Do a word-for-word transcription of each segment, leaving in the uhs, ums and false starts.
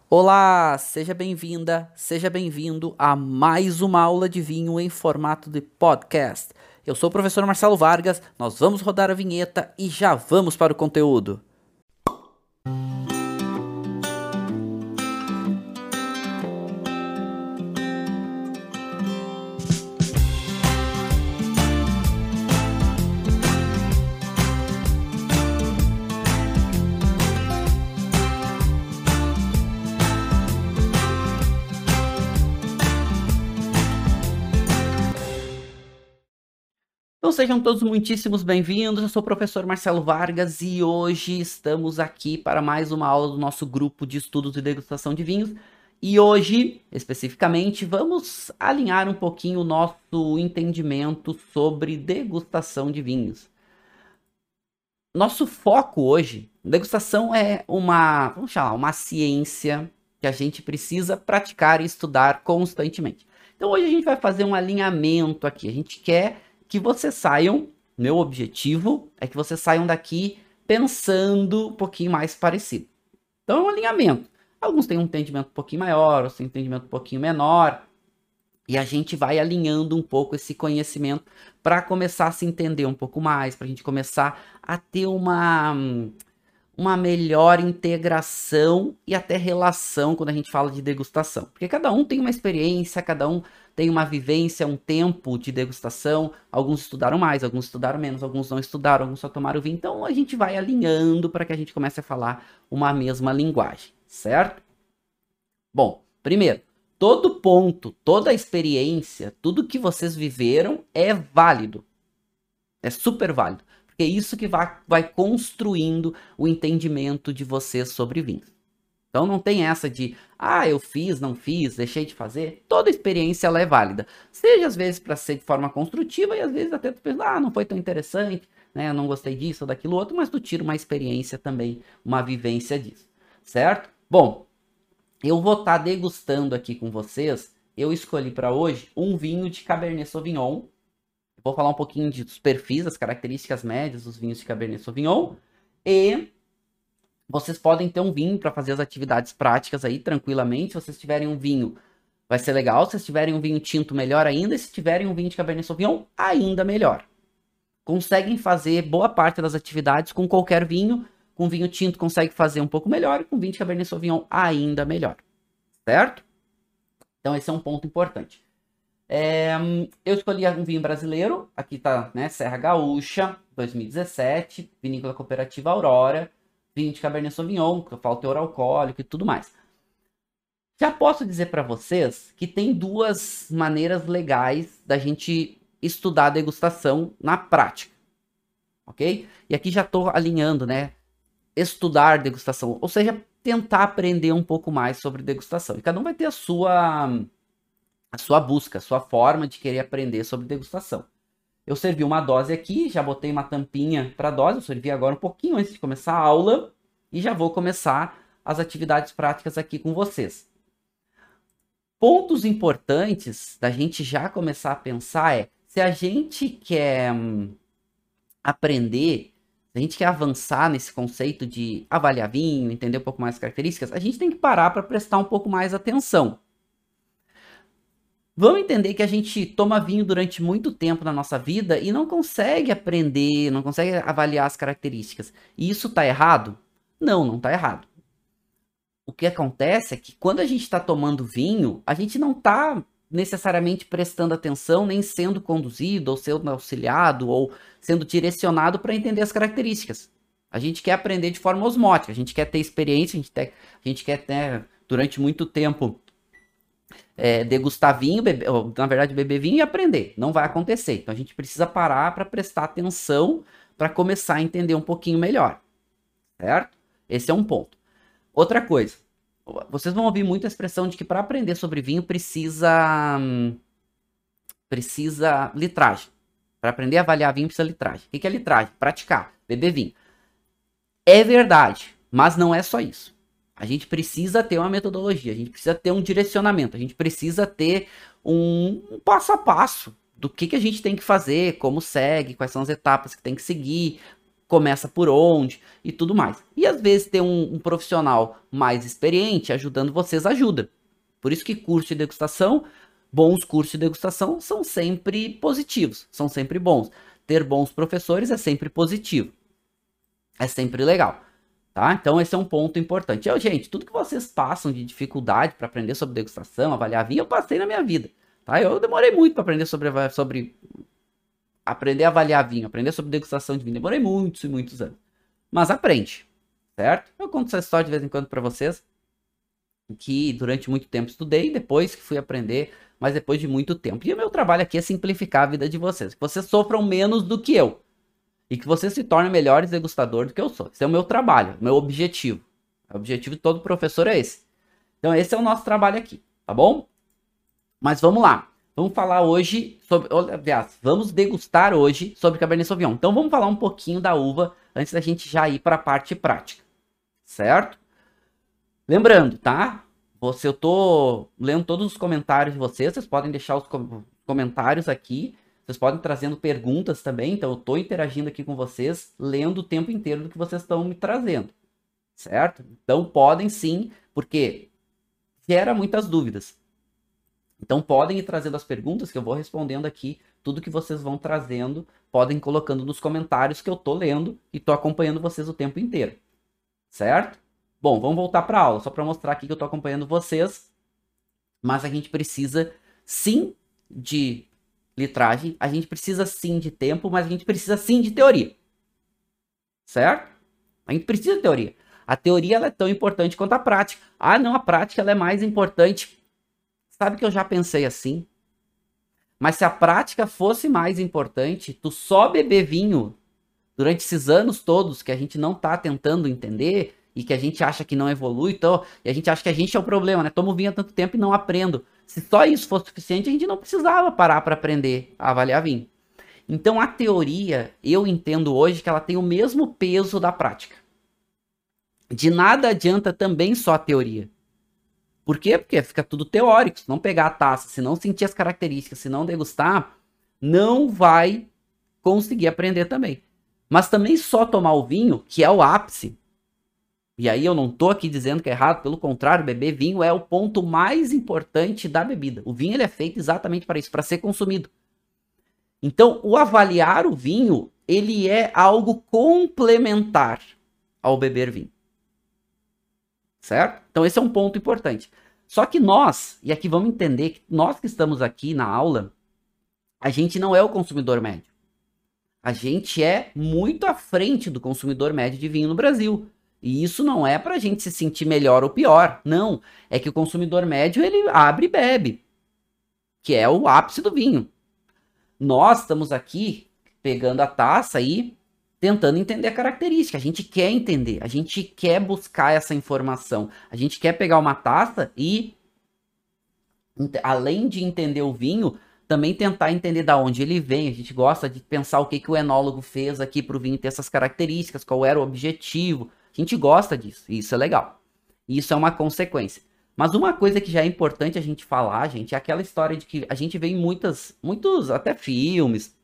Olá, seja bem-vinda, seja bem-vindo a mais uma aula de vinho em formato de podcast. Eu sou o professor Marcelo Vargas, nós vamos rodar a vinheta e já vamos para o conteúdo. Então sejam todos muitíssimos bem-vindos, eu sou o professor Marcelo Vargas e hoje estamos aqui para mais uma aula do nosso grupo de estudos e degustação de vinhos. E hoje, especificamente, vamos alinhar um pouquinho o nosso entendimento sobre degustação de vinhos. Nosso foco hoje, degustação é uma, vamos chamar, uma ciência que a gente precisa praticar e estudar constantemente. Então hoje a gente vai fazer um alinhamento aqui, a gente quer que vocês saiam, meu objetivo é que vocês saiam daqui pensando um pouquinho mais parecido. Então é um alinhamento. Alguns têm um entendimento um pouquinho maior, outros têm um entendimento um pouquinho menor. E a gente vai alinhando um pouco esse conhecimento para começar a se entender um pouco mais, para a gente começar a ter uma, uma melhor integração e até relação quando a gente fala de degustação. Porque cada um tem uma experiência, cada um tem uma vivência, um tempo de degustação. Alguns estudaram mais, alguns estudaram menos, alguns não estudaram, alguns só tomaram vinho. Então a gente vai alinhando para que a gente comece a falar uma mesma linguagem, certo? Bom, primeiro, todo ponto, toda experiência, tudo que vocês viveram é válido. É super válido. Porque é isso que vai, vai construindo o entendimento de vocês sobre vinhos. Então não tem essa de, ah, eu fiz, não fiz, deixei de fazer. Toda experiência ela é válida. Seja às vezes para ser de forma construtiva e às vezes até tu pensa, ah, não foi tão interessante, né? Eu não gostei disso ou daquilo outro, mas tu tira uma experiência também, uma vivência disso. Certo? Bom, eu vou estar degustando aqui com vocês. Eu escolhi para hoje um vinho de Cabernet Sauvignon. Vou falar um pouquinho dos perfis, das características médias dos vinhos de Cabernet Sauvignon. E vocês podem ter um vinho para fazer as atividades práticas aí tranquilamente. Se vocês tiverem um vinho, vai ser legal. Se vocês tiverem um vinho tinto, melhor ainda. E se tiverem um vinho de Cabernet Sauvignon, ainda melhor. Conseguem fazer boa parte das atividades com qualquer vinho. Com vinho tinto consegue fazer um pouco melhor. E com vinho de Cabernet Sauvignon, ainda melhor. Certo? Então esse é um ponto importante. É, eu escolhi um vinho brasileiro. Aqui tá, né, Serra Gaúcha, dois mil e dezessete. Vinícola Cooperativa Aurora. Vinho de Cabernet Sauvignon, que fala teor alcoólico e tudo mais. Já posso dizer para vocês que tem duas maneiras legais da gente estudar a degustação na prática, ok? E aqui já estou alinhando, né? Estudar degustação, ou seja, tentar aprender um pouco mais sobre degustação. E cada um vai ter a sua, a sua busca, a sua forma de querer aprender sobre degustação. Eu servi uma dose aqui, já botei uma tampinha para dose, eu servi agora um pouquinho antes de começar a aula e já vou começar as atividades práticas aqui com vocês. Pontos importantes da gente já começar a pensar é, se a gente quer hum, aprender, se a gente quer avançar nesse conceito de avaliar vinho, entender um pouco mais as características, a gente tem que parar para prestar um pouco mais atenção. Vamos entender que a gente toma vinho durante muito tempo na nossa vida e não consegue aprender, não consegue avaliar as características. E isso está errado? Não, não está errado. O que acontece é que quando a gente está tomando vinho, a gente não está necessariamente prestando atenção, nem sendo conduzido, ou sendo auxiliado, ou sendo direcionado para entender as características. A gente quer aprender de forma osmótica, a gente quer ter experiência, a gente, ter, a gente quer ter, durante muito tempo, É, degustar vinho, beber, ou, na verdade beber vinho e aprender. Não vai acontecer. Então a gente precisa parar para prestar atenção para começar a entender um pouquinho melhor. Certo? Esse é um ponto. Outra coisa. Vocês vão ouvir muita expressão de que para aprender sobre vinho precisa hum, precisa litragem. Para aprender a avaliar vinho precisa litragem. O que é litragem? Praticar. Beber vinho. É verdade, mas não é só isso. A gente precisa ter uma metodologia, a gente precisa ter um direcionamento, a gente precisa ter um, um passo a passo do que, que a gente tem que fazer, como segue, quais são as etapas que tem que seguir, começa por onde e tudo mais. E às vezes ter um, um profissional mais experiente ajudando vocês ajuda. Por isso que curso de degustação, bons cursos de degustação são sempre positivos, são sempre bons. Ter bons professores é sempre positivo, é sempre legal, tá? Então esse é um ponto importante. Eu, gente, tudo que vocês passam de dificuldade para aprender sobre degustação, avaliar vinho, eu passei na minha vida, tá? Eu demorei muito para aprender sobre, sobre aprender a avaliar vinho, aprender sobre degustação de vinho, demorei muitos e muitos anos. Mas aprende, certo? Eu conto essa história de vez em quando para vocês, que durante muito tempo estudei, depois que fui aprender, mas depois de muito tempo. E o meu trabalho aqui é simplificar a vida de vocês, que vocês sofram menos do que eu, e que vocês se tornem melhores degustadores do que eu sou. Esse é o meu trabalho, o meu objetivo. O objetivo de todo professor é esse. Então esse é o nosso trabalho aqui, tá bom? Mas vamos lá. Vamos falar hoje sobre... Aliás, vamos degustar hoje sobre Cabernet Sauvignon. Então vamos falar um pouquinho da uva antes da gente já ir para a parte prática, certo? Lembrando, tá? Você, eu tô lendo todos os comentários de vocês, vocês podem deixar os com comentários aqui, vocês podem trazendo perguntas também, então eu tô interagindo aqui com vocês, lendo o tempo inteiro do que vocês estão me trazendo, certo? Então podem sim, porque gera muitas dúvidas. Então podem ir trazendo as perguntas que eu vou respondendo aqui, tudo que vocês vão trazendo, podem ir colocando nos comentários que eu tô lendo e tô acompanhando vocês o tempo inteiro, certo? Bom, vamos voltar para a aula, só para mostrar aqui que eu estou acompanhando vocês, mas a gente precisa sim de litragem, a gente precisa sim de tempo, mas a gente precisa sim de teoria, certo? A gente precisa de teoria. A teoria ela é tão importante quanto a prática. Ah, não, a prática ela é mais importante. Sabe que eu já pensei assim? Mas se a prática fosse mais importante, tu só beber vinho durante esses anos todos que a gente não está tentando entender e que a gente acha que não evolui, então, e a gente acha que a gente é o problema, né? Tomo vinho há tanto tempo e não aprendo. Se só isso fosse suficiente, a gente não precisava parar para aprender a avaliar vinho. Então a teoria, eu entendo hoje que ela tem o mesmo peso da prática. De nada adianta também só a teoria. Por quê? Porque fica tudo teórico. Se não pegar a taça, se não sentir as características, se não degustar, não vai conseguir aprender também. Mas também só tomar o vinho, que é o ápice. E aí eu não tô aqui dizendo que é errado, pelo contrário, beber vinho é o ponto mais importante da bebida. O vinho ele é feito exatamente para isso, para ser consumido. Então, o avaliar o vinho, ele é algo complementar ao beber vinho. Certo? Então esse é um ponto importante. Só que nós, e aqui vamos entender que nós que estamos aqui na aula, a gente não é o consumidor médio. A gente é muito à frente do consumidor médio de vinho no Brasil. E isso não é para a gente se sentir melhor ou pior. Não. É que o consumidor médio, ele abre e bebe. Que é o ápice do vinho. Nós estamos aqui pegando a taça e tentando entender a característica. A gente quer entender. A gente quer buscar essa informação. A gente quer pegar uma taça e, além de entender o vinho, também tentar entender de onde ele vem. A gente gosta de pensar o que, que o enólogo fez aqui para o vinho ter essas características, qual era o objetivo. A gente gosta disso, e isso é legal. Isso é uma consequência. Mas uma coisa que já é importante a gente falar, gente, é aquela história de que a gente vê em muitas, muitos até filmes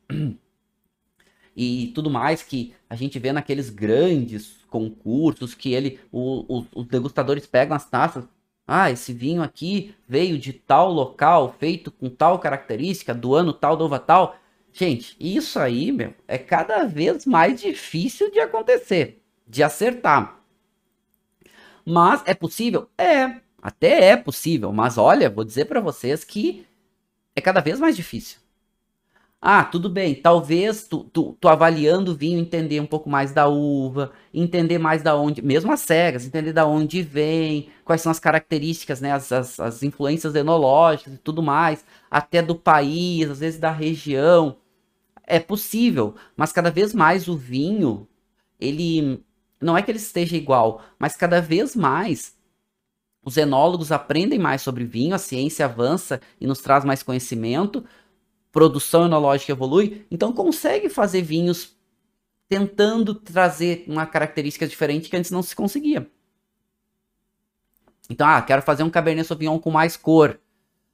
e tudo mais, que a gente vê naqueles grandes concursos que ele, o, o, os degustadores pegam as taças. Ah, esse vinho aqui veio de tal local, feito com tal característica, do ano tal, da uva tal. Gente, isso aí, meu, é cada vez mais difícil de acontecer, de acertar. Mas é possível? É, até é possível, mas olha, vou dizer para vocês que é cada vez mais difícil. Ah, tudo bem, talvez tu, tu, tu avaliando o vinho, entender um pouco mais da uva, entender mais da onde, mesmo as cegas, entender da onde vem, quais são as características, né, as, as, as influências enológicas e tudo mais, até do país, às vezes da região, é possível, mas cada vez mais o vinho, ele, não é que ele esteja igual, mas cada vez mais os enólogos aprendem mais sobre vinho, a ciência avança e nos traz mais conhecimento, produção enológica evolui, então consegue fazer vinhos tentando trazer uma característica diferente que antes não se conseguia. Então, ah, quero fazer um Cabernet Sauvignon com mais cor.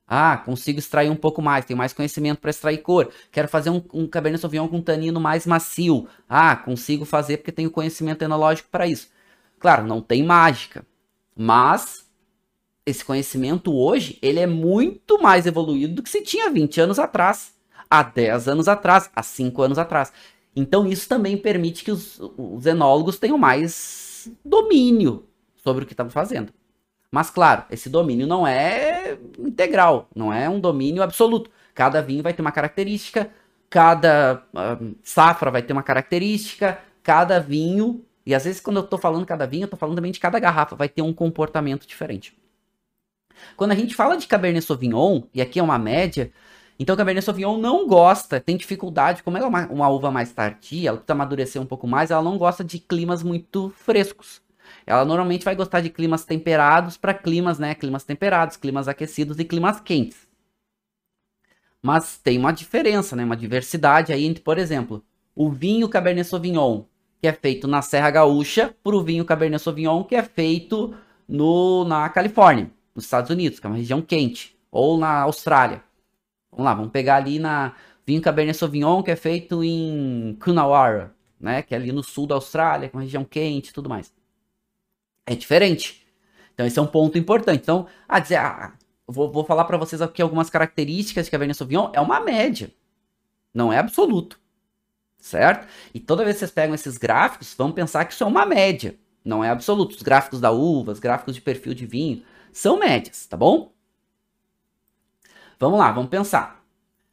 Ah, consigo extrair um pouco mais, tenho mais conhecimento para extrair cor. Quero fazer um, um Cabernet Sauvignon com tanino mais macio. Ah, consigo fazer porque tenho conhecimento enológico para isso. Claro, não tem mágica, mas esse conhecimento hoje, ele é muito mais evoluído do que se tinha vinte anos atrás, há dez anos atrás, há cinco anos atrás. Então isso também permite que os, os enólogos tenham mais domínio sobre o que estão fazendo. Mas claro, esse domínio não é integral, não é um domínio absoluto. Cada vinho vai ter uma característica, cada uh, safra vai ter uma característica, cada vinho, e às vezes quando eu tô falando cada vinho, eu tô falando também de cada garrafa, vai ter um comportamento diferente. Quando a gente fala de Cabernet Sauvignon, e aqui é uma média, então Cabernet Sauvignon não gosta, tem dificuldade, como ela é uma, uma uva mais tardia, ela precisa amadurecer um pouco mais, ela não gosta de climas muito frescos. Ela normalmente vai gostar de climas temperados para climas, né, climas temperados, climas aquecidos e climas quentes. Mas tem uma diferença, né, uma diversidade aí entre, por exemplo, o vinho Cabernet Sauvignon, que é feito na Serra Gaúcha, para o vinho Cabernet Sauvignon, que é feito no, na Califórnia, nos Estados Unidos, que é uma região quente, ou na Austrália. Vamos lá, vamos pegar ali na vinho Cabernet Sauvignon, que é feito em Coonawarra, né, que é ali no sul da Austrália, que é uma região quente e tudo mais. É diferente. Então esse é um ponto importante. Então, a dizer, ah, vou, vou falar para vocês aqui algumas características de Cabernet Sauvignon, é uma média, não é absoluto, certo? E toda vez que vocês pegam esses gráficos, vão pensar que isso é uma média, não é absoluto. Os gráficos da uva, os gráficos de perfil de vinho, são médias, tá bom? Vamos lá, vamos pensar.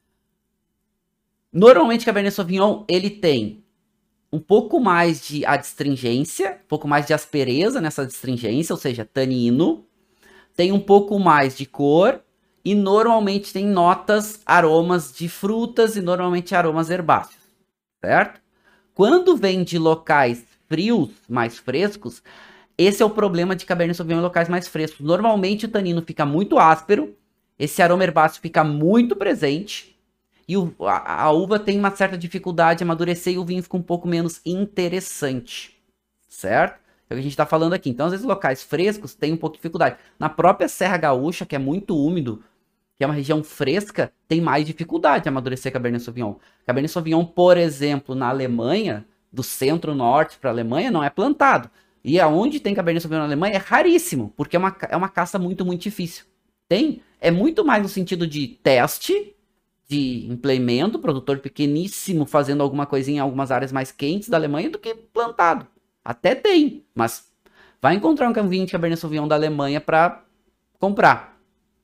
Normalmente, Cabernet Sauvignon, ele tem um pouco mais de adstringência, um pouco mais de aspereza nessa adstringência, ou seja, tanino. Tem um pouco mais de cor e normalmente tem notas, aromas de frutas e normalmente aromas herbáceos, certo? Quando vem de locais frios, mais frescos, esse é o problema de Cabernet Sauvignon em locais mais frescos. Normalmente o tanino fica muito áspero, esse aroma herbáceo fica muito presente e o, a, a uva tem uma certa dificuldade de amadurecer e o vinho fica um pouco menos interessante, certo? É o que a gente está falando aqui. Então, às vezes, locais frescos tem um pouco de dificuldade. Na própria Serra Gaúcha, que é muito úmido, que é uma região fresca, tem mais dificuldade de amadurecer Cabernet Sauvignon. Cabernet Sauvignon, por exemplo, na Alemanha, do centro-norte para a Alemanha, não é plantado. E aonde tem Cabernet Sauvignon na Alemanha é raríssimo, porque é uma, é uma caça muito, muito difícil. Tem? É muito mais no sentido de teste, de implemento, produtor pequeníssimo fazendo alguma coisinha em algumas áreas mais quentes da Alemanha do que plantado. Até tem, mas vai encontrar um vinho de Cabernet Sauvignon da Alemanha para comprar.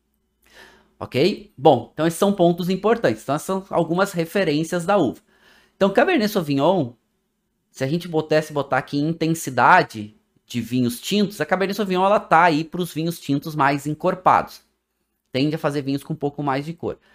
Ok? Bom, então esses são pontos importantes. Então essas são algumas referências da uva. Então Cabernet Sauvignon, se a gente pudesse botar aqui intensidade de vinhos tintos, a Cabernet Sauvignon ela tá aí para os vinhos tintos mais encorpados. Tende a fazer vinhos com um pouco mais de cor.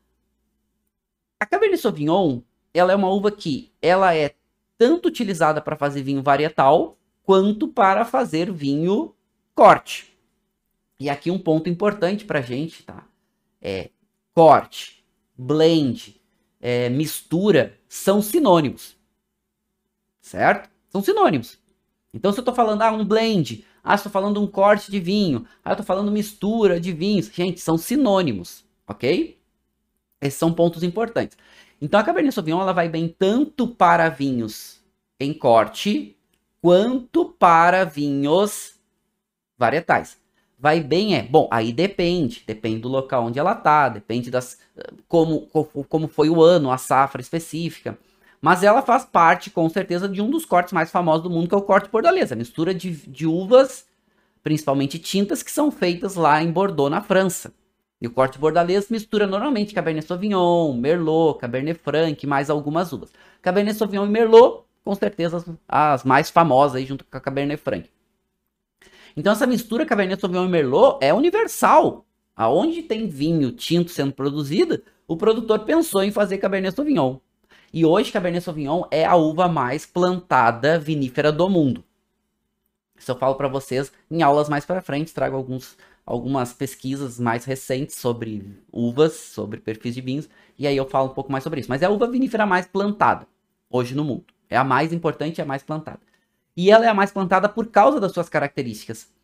A Cabernet Sauvignon, ela é uma uva que ela é tanto utilizada para fazer vinho varietal, quanto para fazer vinho corte. E aqui um ponto importante para a gente, tá? É corte, blend, é, mistura, são sinônimos. Certo? São sinônimos. Então se eu estou falando, ah, um blend, ah, estou falando um corte de vinho, ah, eu estou falando mistura de vinhos, gente, são sinônimos, ok? Esses são pontos importantes. Então a Cabernet Sauvignon ela vai bem tanto para vinhos em corte, quanto para vinhos varietais. Vai bem é, bom, aí depende, depende do local onde ela tá, depende das como, como foi o ano, a safra específica. Mas ela faz parte, com certeza, de um dos cortes mais famosos do mundo, que é o corte bordalês, a mistura de, de uvas, principalmente tintas, que são feitas lá em Bordeaux, na França. E o corte bordalês mistura normalmente Cabernet Sauvignon, Merlot, Cabernet Franc, mais algumas uvas. Cabernet Sauvignon e Merlot, com certeza, as, as mais famosas aí, junto com a Cabernet Franc. Então essa mistura Cabernet Sauvignon e Merlot é universal. Aonde tem vinho tinto sendo produzido, o produtor pensou em fazer Cabernet Sauvignon. E hoje Cabernet Sauvignon é a uva mais plantada vinífera do mundo. Isso eu falo para vocês em aulas mais para frente, trago alguns, algumas pesquisas mais recentes sobre uvas, sobre perfis de vinhos, e aí eu falo um pouco mais sobre isso. Mas é a uva vinífera mais plantada hoje no mundo. É a mais importante e a mais plantada. E ela é a mais plantada por causa das suas características.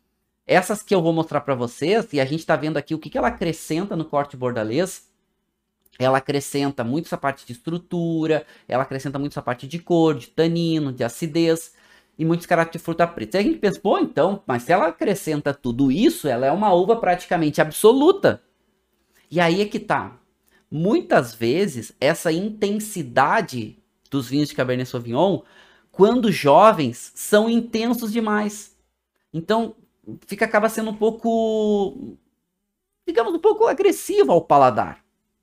Essas que eu vou mostrar para vocês, e a gente está vendo aqui o que, que ela acrescenta no corte bordalês. Ela acrescenta muito essa parte de estrutura, ela acrescenta muito essa parte de cor, de tanino, de acidez e muitos caracteres de fruta preta. E a gente pensa, pô, então, mas se ela acrescenta tudo isso, ela é uma uva praticamente absoluta. E aí é que tá. Muitas vezes, essa intensidade dos vinhos de Cabernet Sauvignon, quando jovens, são intensos demais. Então, fica, acaba sendo um pouco, digamos, um pouco agressivo ao paladar.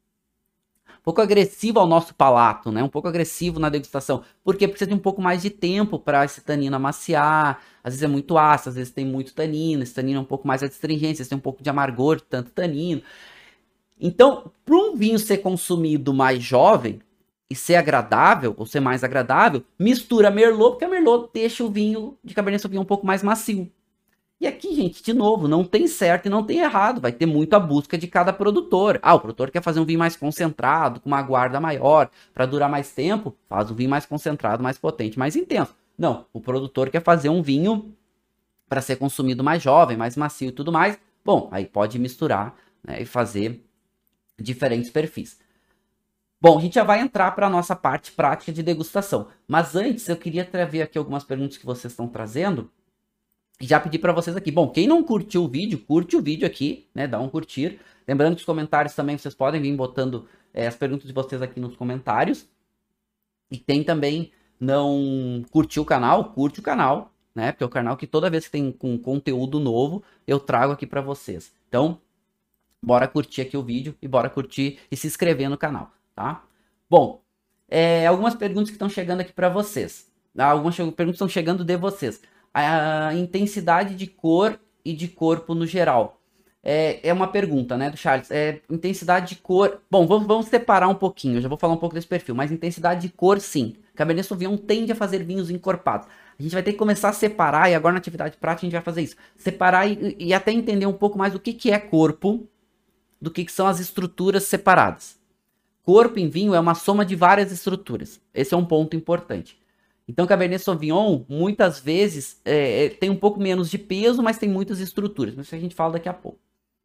Um pouco agressivo ao nosso palato, né? Um pouco agressivo na degustação. Por quê? Porque precisa de um pouco mais de tempo para esse tanino amaciar. Às vezes é muito ácido, às vezes tem muito tanino. Esse tanino é um pouco mais adstringente, às vezes tem um pouco de amargor, tanto tanino. Então, para um vinho ser consumido mais jovem e ser agradável, ou ser mais agradável, mistura Merlot, porque a Merlot deixa o vinho de Cabernet Sauvignon um pouco mais macio. E aqui, gente, de novo, não tem certo e não tem errado. Vai ter muito a busca de cada produtor. Ah, o produtor quer fazer um vinho mais concentrado, com uma guarda maior, para durar mais tempo, faz um vinho mais concentrado, mais potente, mais intenso. Não, o produtor quer fazer um vinho para ser consumido mais jovem, mais macio e tudo mais. Bom, aí pode misturar, né, e fazer diferentes perfis. Bom, a gente já vai entrar para a nossa parte prática de degustação. Mas antes, eu queria trazer aqui algumas perguntas que vocês estão trazendo. E já pedi para vocês aqui. Bom, quem não curtiu o vídeo, curte o vídeo aqui, né? Dá um curtir. Lembrando que os comentários também, vocês podem vir botando é, as perguntas de vocês aqui nos comentários. E tem também, não curtiu o canal, curte o canal, né? Porque é o canal que toda vez que tem um conteúdo novo, eu trago aqui para vocês. Então, bora curtir aqui o vídeo e bora curtir e se inscrever no canal, tá? Bom, é, algumas perguntas que estão chegando aqui para vocês. Algumas perguntas estão chegando de vocês. A intensidade de cor e de corpo no geral. É, é uma pergunta, né, do Charles. É, intensidade de cor... Bom, vamos, vamos separar um pouquinho. Eu já vou falar um pouco desse perfil. Mas intensidade de cor, sim. Cabernet Sauvignon tende a fazer vinhos encorpados. A gente vai ter que começar a separar, e agora na atividade prática a gente vai fazer isso. Separar e, e até entender um pouco mais do que, que é corpo, do que, que são as estruturas separadas. Corpo em vinho é uma soma de várias estruturas. Esse é um ponto importante. Então, Cabernet Sauvignon, muitas vezes, é, tem um pouco menos de peso, mas tem muitas estruturas. Isso a gente fala daqui a pouco.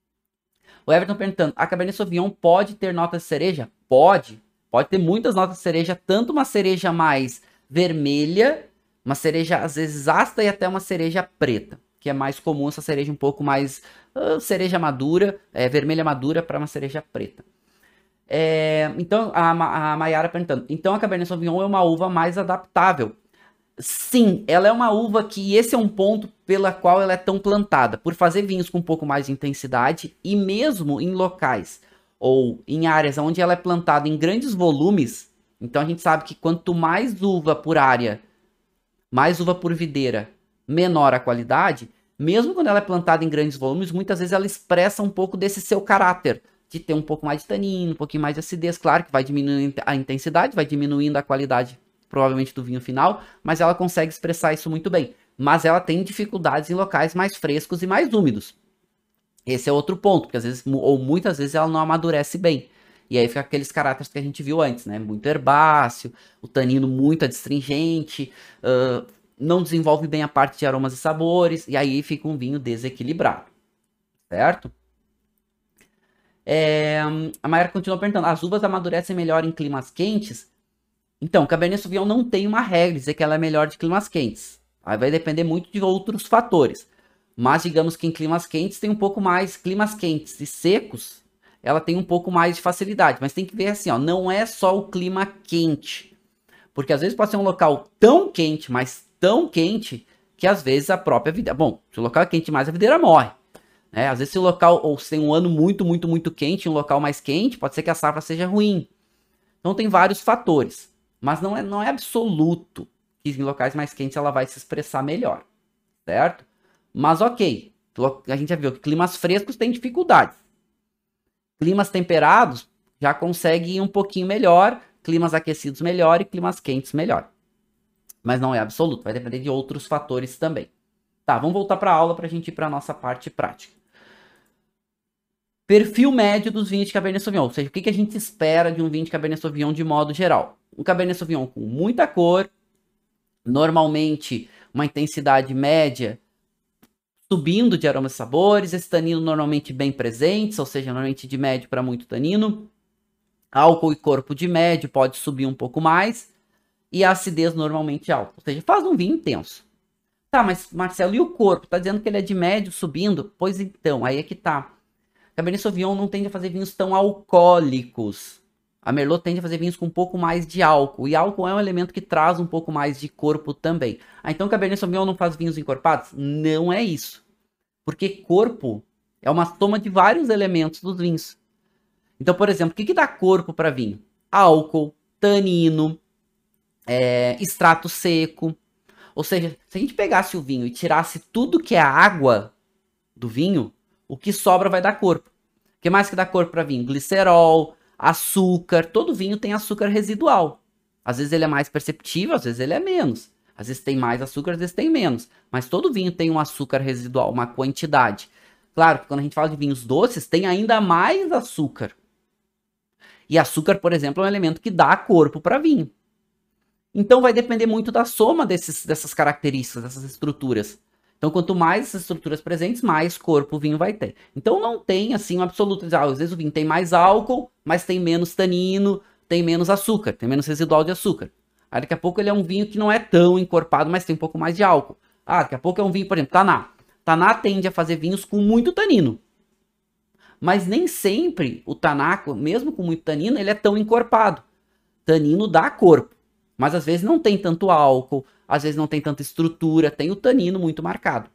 O Everton perguntando, a Cabernet Sauvignon pode ter notas de cereja? Pode. Pode ter muitas notas de cereja, tanto uma cereja mais vermelha, uma cereja às vezes ácida e até uma cereja preta, que é mais comum essa cereja um pouco mais uh, cereja madura, é, vermelha madura para uma cereja preta. É, então, a, a Mayara perguntando, então a Cabernet Sauvignon é uma uva mais adaptável? Sim, ela é uma uva que esse é um ponto pela qual ela é tão plantada, por fazer vinhos com um pouco mais de intensidade e mesmo em locais ou em áreas onde ela é plantada em grandes volumes. Então a gente sabe que quanto mais uva por área, mais uva por videira, menor a qualidade. Mesmo quando ela é plantada em grandes volumes, muitas vezes ela expressa um pouco desse seu caráter, de ter um pouco mais de tanino, um pouquinho mais de acidez. Claro que vai diminuindo a intensidade, vai diminuindo a qualidade, provavelmente, do vinho final, mas ela consegue expressar isso muito bem. Mas ela tem dificuldades em locais mais frescos e mais úmidos. Esse é outro ponto, porque às vezes, ou muitas vezes, ela não amadurece bem. E aí fica aqueles caráteres que a gente viu antes, né? Muito herbáceo, o tanino muito adstringente, uh, não desenvolve bem a parte de aromas e sabores, e aí fica um vinho desequilibrado, certo? É, a Mayara continua perguntando, as uvas amadurecem melhor em climas quentes? Então, Cabernet Sauvignon não tem uma regra, dizer que ela é melhor de climas quentes. Aí vai depender muito de outros fatores. Mas digamos que em climas quentes tem um pouco mais, climas quentes e secos, ela tem um pouco mais de facilidade. Mas tem que ver assim, ó, não é só o clima quente. Porque às vezes pode ser um local tão quente, mas tão quente, que às vezes a própria videira... Bom, se o local é quente demais, a videira morre. É, às vezes se o local, ou se tem um ano muito, muito, muito quente, um local mais quente, pode ser que a safra seja ruim. Então tem vários fatores. Mas não é, não é absoluto que em locais mais quentes ela vai se expressar melhor, certo? Mas ok, a gente já viu que climas frescos têm dificuldades. Climas temperados já consegue ir um pouquinho melhor, climas aquecidos melhor e climas quentes melhor. Mas não é absoluto, vai depender de outros fatores também. Tá, vamos voltar para a aula para a gente ir para a nossa parte prática. Perfil médio dos vinhos de Cabernet Sauvignon, ou seja, o que, que a gente espera de um vinho de Cabernet Sauvignon de modo geral. Um Cabernet Sauvignon com muita cor, normalmente uma intensidade média, subindo de aromas e sabores, esse tanino normalmente bem presentes, ou seja, normalmente de médio para muito tanino. Álcool e corpo de médio, pode subir um pouco mais. E a acidez normalmente alta, ou seja, faz um vinho intenso. Tá, mas Marcelo, e o corpo? Tá dizendo que ele é de médio subindo? Pois então, aí é que tá. Cabernet Sauvignon não tende a fazer vinhos tão alcoólicos. A Merlot tende a fazer vinhos com um pouco mais de álcool. E álcool é um elemento que traz um pouco mais de corpo também. Ah, então Cabernet Sauvignon não faz vinhos encorpados? Não é isso. Porque corpo é uma soma de vários elementos dos vinhos. Então, por exemplo, o que, que dá corpo para vinho? Álcool, tanino, é, extrato seco. Ou seja, se a gente pegasse o vinho e tirasse tudo que é a água do vinho, o que sobra vai dar corpo. O que mais que dá corpo para vinho? Glicerol, açúcar. Todo vinho tem açúcar residual. Às vezes ele é mais perceptível, às vezes ele é menos. Às vezes tem mais açúcar, às vezes tem menos. Mas todo vinho tem um açúcar residual, uma quantidade. Claro que quando a gente fala de vinhos doces, tem ainda mais açúcar. E açúcar, por exemplo, é um elemento que dá corpo para vinho. Então vai depender muito da soma desses, dessas características, dessas estruturas. Então, quanto mais essas estruturas presentes, mais corpo o vinho vai ter. Então, não tem, assim, um absoluto. Ah, às vezes o vinho tem mais álcool, mas tem menos tanino, tem menos açúcar, tem menos residual de açúcar. Aí, daqui a pouco, ele é um vinho que não é tão encorpado, mas tem um pouco mais de álcool. Ah, daqui a pouco é um vinho, por exemplo, Taná. Taná tende a fazer vinhos com muito tanino. Mas nem sempre o Taná, mesmo com muito tanino, ele é tão encorpado. Tanino dá corpo. Mas às vezes não tem tanto álcool, às vezes não tem tanta estrutura, tem o tanino muito marcado.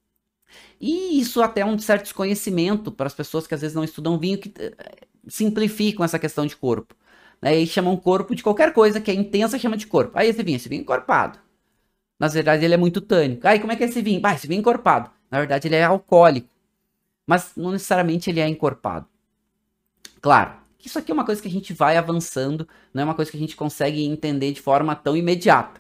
E isso até é um certo desconhecimento para as pessoas que às vezes não estudam vinho, que simplificam essa questão de corpo. Né? E chamam corpo de qualquer coisa que é intensa, chama de corpo. Aí esse vinho, esse vinho é encorpado. Na verdade ele é muito tânico. Aí como é que é esse vinho? Ah, esse vinho é encorpado. Na verdade ele é alcoólico. Mas não necessariamente ele é encorpado. Claro, isso aqui é uma coisa que a gente vai avançando, não é uma coisa que a gente consegue entender de forma tão imediata.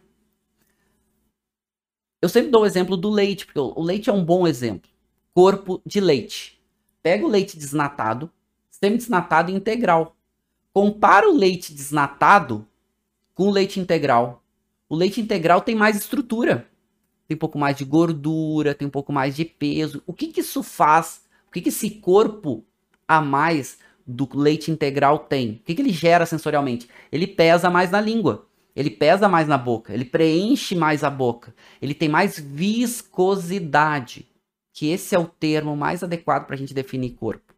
Eu sempre dou o exemplo do leite, porque o leite é um bom exemplo. Corpo de leite. Pega o leite desnatado, semi-desnatado e integral. Compara o leite desnatado com o leite integral. O leite integral tem mais estrutura. Tem um pouco mais de gordura, tem um pouco mais de peso. O que, que isso faz? O que, que esse corpo a mais do leite integral tem? O que, que ele gera sensorialmente? Ele pesa mais na língua. Ele pesa mais na boca. Ele preenche mais a boca. Ele tem mais viscosidade. Que esse é o termo mais adequado para a gente definir corpo.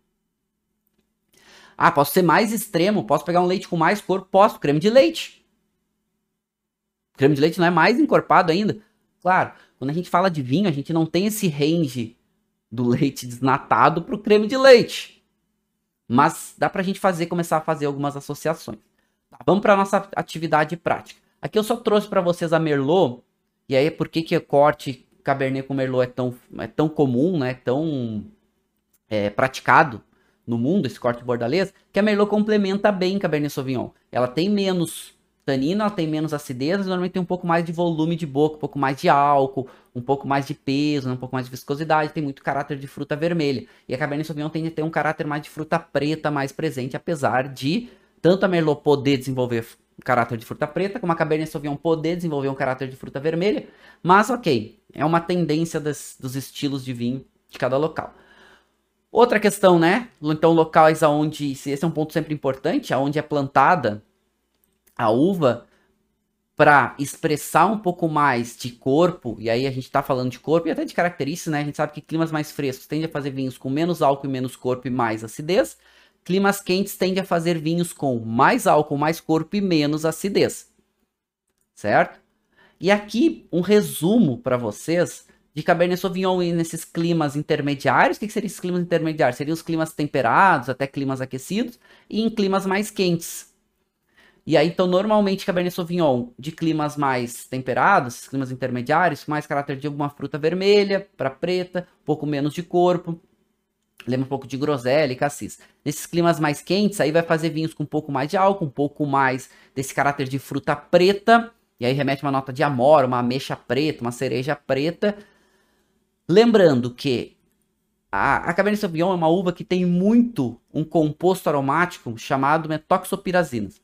Ah, posso ser mais extremo? Posso pegar um leite com mais corpo? Posso. Creme de leite. Creme de leite não é mais encorpado ainda? Claro, quando a gente fala de vinho, a gente não tem esse range do leite desnatado para o creme de leite. Mas dá para a gente fazer, começar a fazer algumas associações. Tá, vamos para a nossa atividade prática. Aqui eu só trouxe para vocês a Merlot. E aí, por que que o corte Cabernet com Merlot é tão, é tão comum, né? Tão é, praticado no mundo, esse corte bordalês, que a Merlot complementa bem Cabernet Sauvignon. Ela tem menos tanino, ela tem menos acidez, mas normalmente tem um pouco mais de volume de boca, um pouco mais de álcool, um pouco mais de peso, um pouco mais de viscosidade, tem muito caráter de fruta vermelha. E a Cabernet Sauvignon tende a ter um caráter mais de fruta preta mais presente, apesar de tanto a Merlot poder desenvolver um caráter de fruta preta, como a Cabernet Sauvignon poder desenvolver um caráter de fruta vermelha. Mas ok, é uma tendência das, dos estilos de vinho de cada local. Outra questão, né? Então, locais onde, esse é um ponto sempre importante, aonde é plantada a uva para expressar um pouco mais de corpo, e aí a gente tá falando de corpo e até de características, né? A gente sabe que climas mais frescos tendem a fazer vinhos com menos álcool e menos corpo e mais acidez. Climas quentes tendem a fazer vinhos com mais álcool, mais corpo e menos acidez. Certo? E aqui um resumo para vocês de Cabernet Sauvignon nesses climas intermediários. O que, que seriam esses climas intermediários? Seriam os climas temperados, até climas aquecidos, e em climas mais quentes. E aí, então, normalmente, Cabernet Sauvignon de climas mais temperados, climas intermediários, mais caráter de alguma fruta vermelha para preta, um pouco menos de corpo, lembra um pouco de groselha e cassis. Nesses climas mais quentes, aí vai fazer vinhos com um pouco mais de álcool, um pouco mais desse caráter de fruta preta, e aí remete uma nota de amora, uma ameixa preta, uma cereja preta. Lembrando que a, a Cabernet Sauvignon é uma uva que tem muito um composto aromático chamado metoxopirazinas,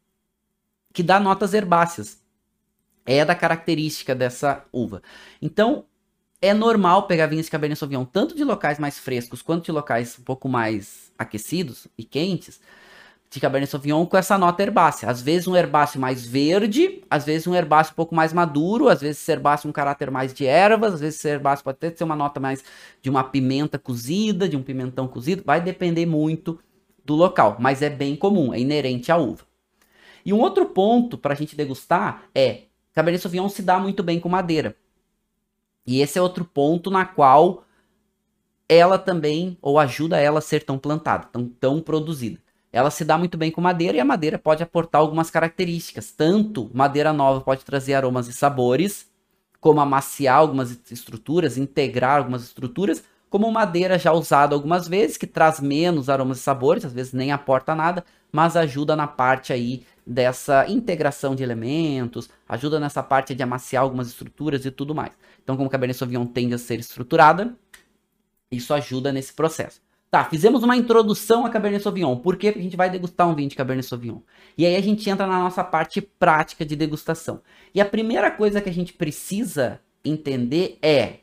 que dá notas herbáceas. É da característica dessa uva. Então, é normal pegar vinhos de Cabernet Sauvignon, tanto de locais mais frescos, quanto de locais um pouco mais aquecidos e quentes, de Cabernet Sauvignon com essa nota herbácea. Às vezes um herbáceo mais verde, às vezes um herbáceo um pouco mais maduro, às vezes esse herbáceo um caráter mais de ervas, às vezes esse herbáceo pode até ser uma nota mais de uma pimenta cozida, de um pimentão cozido, vai depender muito do local, mas é bem comum, é inerente à uva. E um outro ponto para a gente degustar é, Cabernet Sauvignon se dá muito bem com madeira. E esse é outro ponto na qual ela também, ou ajuda ela a ser tão plantada, tão, tão produzida. Ela se dá muito bem com madeira e a madeira pode aportar algumas características. Tanto madeira nova pode trazer aromas e sabores, como amaciar algumas estruturas, integrar algumas estruturas, como madeira já usada algumas vezes, que traz menos aromas e sabores, às vezes nem aporta nada, mas ajuda na parte aí dessa integração de elementos, ajuda nessa parte de amaciar algumas estruturas e tudo mais. Então, como a Cabernet Sauvignon tende a ser estruturada, isso ajuda nesse processo. Tá, fizemos uma introdução a Cabernet Sauvignon. Por quê? Porque a gente vai degustar um vinho de Cabernet Sauvignon. E aí a gente entra na nossa parte prática de degustação. E a primeira coisa que a gente precisa entender é: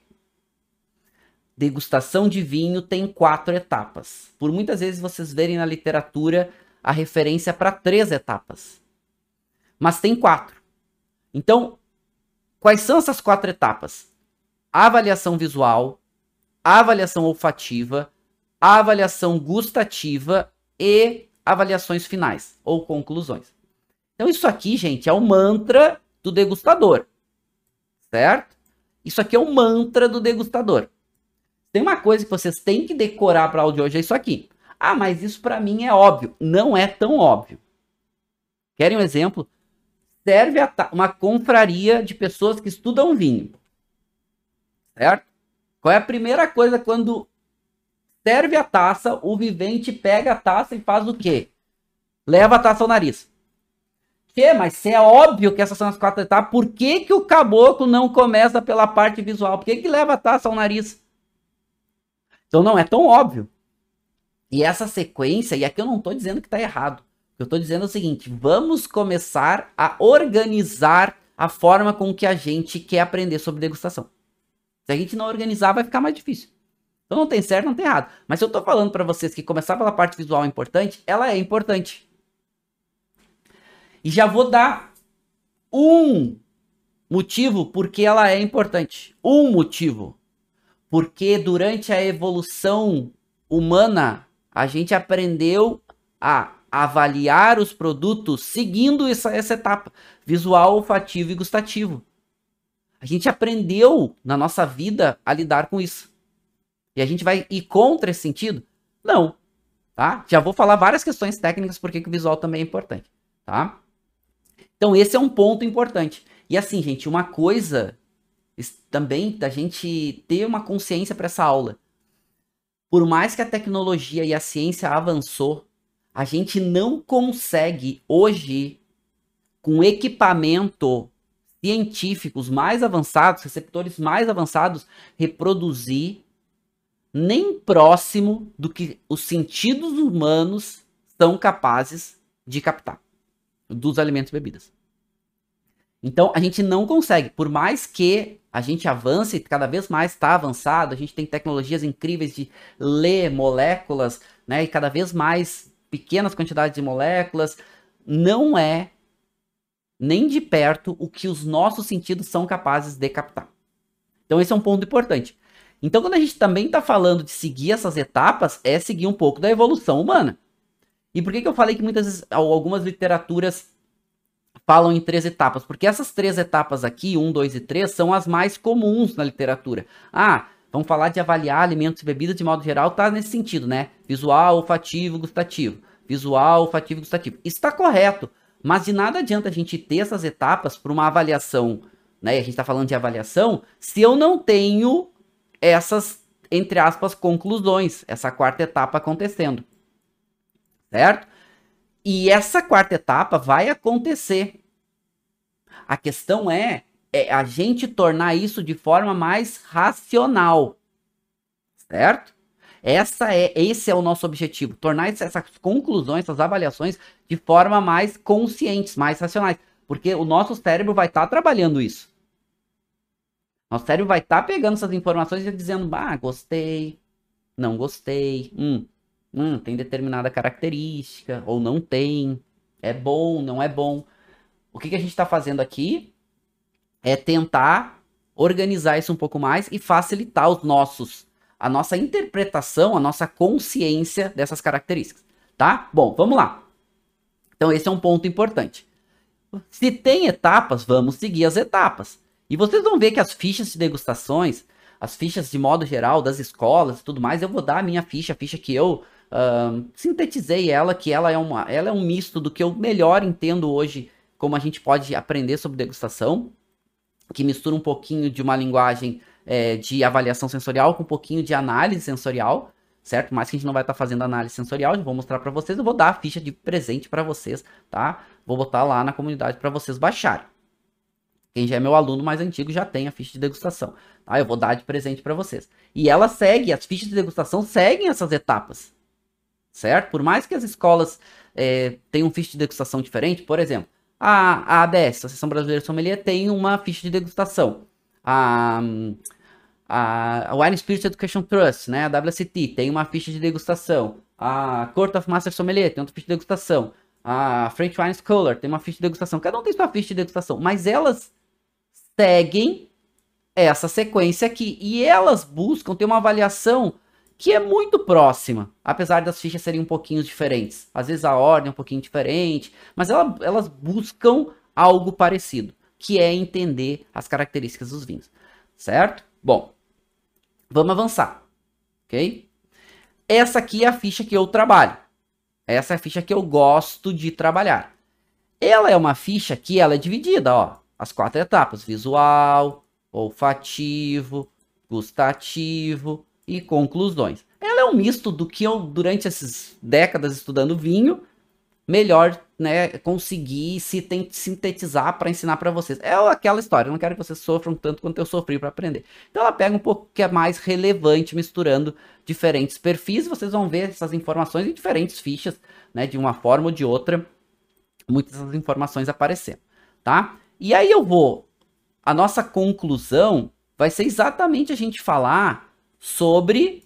degustação de vinho tem quatro etapas. Por muitas vezes vocês verem na literatura a referência para três etapas. Mas tem quatro. Então, quais são essas quatro etapas? A avaliação visual, a avaliação olfativa, a avaliação gustativa e avaliações finais, ou conclusões. Então isso aqui, gente, é o mantra do degustador, certo? Isso aqui é o mantra do degustador. Tem uma coisa que vocês têm que decorar para a aula de hoje, é isso aqui. Ah, mas isso para mim é óbvio. Não é tão óbvio. Querem um exemplo? Serve a uma confraria de pessoas que estudam vinho, certo? Qual é a primeira coisa quando serve a taça, o vivente pega a taça e faz o quê? Leva a taça ao nariz. Que, mas se é óbvio que essas são as quatro etapas, por que que o caboclo não começa pela parte visual? Por que que leva a taça ao nariz? Então não é tão óbvio. E essa sequência, e aqui eu não estou dizendo que está errado. Eu estou dizendo o seguinte: vamos começar a organizar a forma com que a gente quer aprender sobre degustação. Se a gente não organizar, vai ficar mais difícil. Então não tem certo, não tem errado. Mas se eu tô falando para vocês que começar pela parte visual é importante, ela é importante. E já vou dar um motivo porque ela é importante. Um motivo. Porque durante a evolução humana, a gente aprendeu a avaliar os produtos seguindo essa, essa etapa. Visual, olfativo e gustativo. A gente aprendeu na nossa vida a lidar com isso. E a gente vai ir contra esse sentido? Não, tá? Já vou falar várias questões técnicas porque que o visual também é importante, tá? Então esse é um ponto importante. E assim, gente, uma coisa também da gente ter uma consciência para essa aula. Por mais que a tecnologia e a ciência avançou, a gente não consegue hoje, com equipamento científicos mais avançados, receptores mais avançados, reproduzir nem próximo do que os sentidos humanos são capazes de captar dos alimentos e bebidas. Então, a gente não consegue, por mais que a gente avance, cada vez mais está avançado, a gente tem tecnologias incríveis de ler moléculas, né, e cada vez mais pequenas quantidades de moléculas, não é nem de perto o que os nossos sentidos são capazes de captar. Então, esse é um ponto importante. Então, quando a gente também está falando de seguir essas etapas, é seguir um pouco da evolução humana. E por que que eu falei que muitas vezes, algumas literaturas falam em três etapas? Porque essas três etapas aqui, um, dois e três, são as mais comuns na literatura. Ah, vamos falar de avaliar alimentos e bebidas de modo geral, tá nesse sentido, né? Visual, olfativo, gustativo. Visual, olfativo e gustativo. Isso está correto, mas de nada adianta a gente ter essas etapas para uma avaliação, né? A gente está falando de avaliação, se eu não tenho essas, entre aspas, conclusões, essa quarta etapa acontecendo, certo? E essa quarta etapa vai acontecer. A questão é, é a gente tornar isso de forma mais racional, certo? Essa é, esse é o nosso objetivo, tornar essas conclusões, essas avaliações de forma mais conscientes, mais racionais, porque o nosso cérebro vai estar trabalhando isso. Nosso cérebro vai estar tá pegando essas informações e dizendo, ah, gostei, não gostei, hum, hum, tem determinada característica, ou não tem, é bom, não é bom. O que, que a gente está fazendo aqui é tentar organizar isso um pouco mais e facilitar os nossos, a nossa interpretação, a nossa consciência dessas características, tá? Bom, vamos lá. Então esse é um ponto importante. Se tem etapas, vamos seguir as etapas. E vocês vão ver que as fichas de degustações, as fichas de modo geral das escolas e tudo mais, eu vou dar a minha ficha, a ficha que eu uh, sintetizei ela, que ela é, uma, ela é um misto do que eu melhor entendo hoje, como a gente pode aprender sobre degustação, que mistura um pouquinho de uma linguagem é, de avaliação sensorial com um pouquinho de análise sensorial, certo? Mas que a gente não vai estar tá fazendo análise sensorial, eu vou mostrar para vocês, eu vou dar a ficha de presente para vocês, tá? Vou botar lá na comunidade para vocês baixarem. Quem já é meu aluno mais antigo já tem a ficha de degustação, tá? Eu vou dar de presente para vocês. E ela segue, as fichas de degustação seguem essas etapas, certo? Por mais que as escolas é, tenham ficha de degustação diferente, por exemplo, a, a ABS, a Associação Brasileira de Sommelier, tem uma ficha de degustação. A, a, a Wine Spirits Education Trust, né, a W S T, tem uma ficha de degustação. A Court of Master Sommelier tem outra ficha de degustação. A French Wine Scholar tem uma ficha de degustação. Cada um tem sua ficha de degustação, mas elas seguem essa sequência aqui. E elas buscam ter uma avaliação que é muito próxima, apesar das fichas serem um pouquinho diferentes. Às vezes a ordem é um pouquinho diferente, mas ela, elas buscam algo parecido, que é entender as características dos vinhos, certo? Bom, vamos avançar, ok? Essa aqui é a ficha que eu trabalho. Essa é a ficha que eu gosto de trabalhar. Ela é uma ficha que ela é dividida, ó, as quatro etapas: visual, olfativo, gustativo e conclusões. Ela é um misto do que eu, durante essas décadas estudando vinho, melhor, né, consegui sintetizar para ensinar para vocês. É aquela história, eu não quero que vocês sofram tanto quanto eu sofri para aprender. Então ela pega um pouco que é mais relevante, misturando diferentes perfis. Vocês vão ver essas informações em diferentes fichas, né, de uma forma ou de outra, muitas dessas informações aparecendo, tá? E aí eu vou, a nossa conclusão vai ser exatamente a gente falar sobre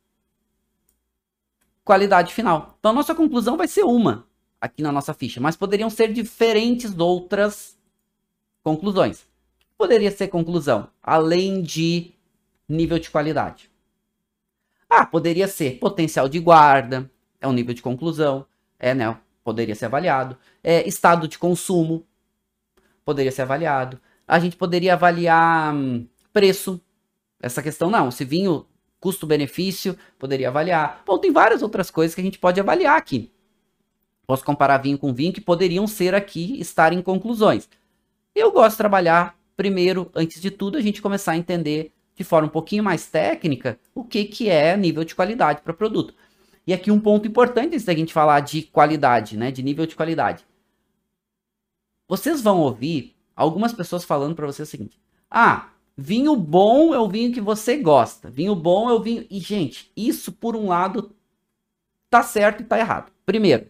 qualidade final. Então a nossa conclusão vai ser uma aqui na nossa ficha, mas poderiam ser diferentes outras conclusões. Poderia ser conclusão, além de nível de qualidade. Ah, poderia ser potencial de guarda, é um nível de conclusão, é, né, poderia ser avaliado. É, estado de consumo, poderia ser avaliado. A gente poderia avaliar hum, preço, essa questão não, se vinho custo-benefício, poderia avaliar. Bom, tem várias outras coisas que a gente pode avaliar aqui. Posso comparar vinho com vinho que poderiam ser aqui, estar em conclusões. Eu gosto de trabalhar primeiro, antes de tudo, a gente começar a entender de forma um pouquinho mais técnica o que, que é nível de qualidade para produto. E aqui um ponto importante antes da gente falar de qualidade, né, de nível de qualidade. Vocês vão ouvir algumas pessoas falando para você o seguinte: ah, vinho bom é o vinho que você gosta. Vinho bom é o vinho... E, gente, isso por um lado tá certo e tá errado. Primeiro,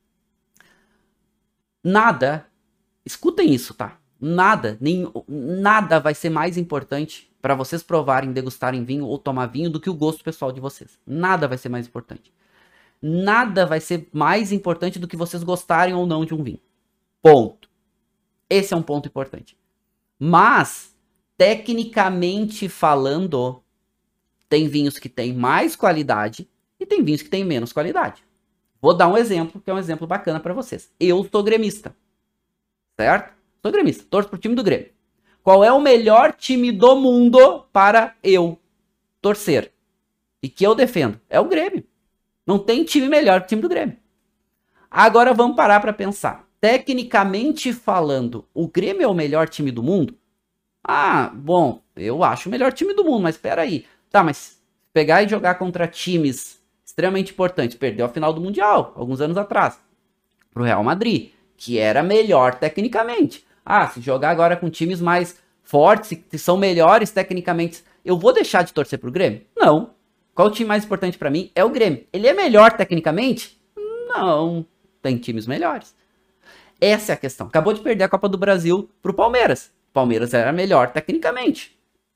nada... Escutem isso, tá? Nada, nem, nada vai ser mais importante para vocês provarem, degustarem vinho ou tomar vinho do que o gosto pessoal de vocês. Nada vai ser mais importante. Nada vai ser mais importante do que vocês gostarem ou não de um vinho. Ponto. Esse é um ponto importante. Mas... tecnicamente falando, tem vinhos que têm mais qualidade e tem vinhos que têm menos qualidade. Vou dar um exemplo, que é um exemplo bacana para vocês. Eu sou gremista, certo? Sou gremista, torço pro time do Grêmio. Qual é o melhor time do mundo para eu torcer? E que eu defendo? É o Grêmio. Não tem time melhor que o time do Grêmio. Agora vamos parar para pensar. Tecnicamente falando, o Grêmio é o melhor time do mundo? Ah, bom, eu acho o melhor time do mundo, mas espera aí. Tá, mas pegar e jogar contra times extremamente importantes, perdeu a final do Mundial, alguns anos atrás, pro Real Madrid, que era melhor tecnicamente. Ah, se jogar agora com times mais fortes, que são melhores tecnicamente, eu vou deixar de torcer pro Grêmio? Não. Qual o time mais importante pra mim? É o Grêmio. Ele é melhor tecnicamente? Não. Tem times melhores. Essa é a questão. Acabou de perder a Copa do Brasil pro Palmeiras. Palmeiras era melhor tecnicamente.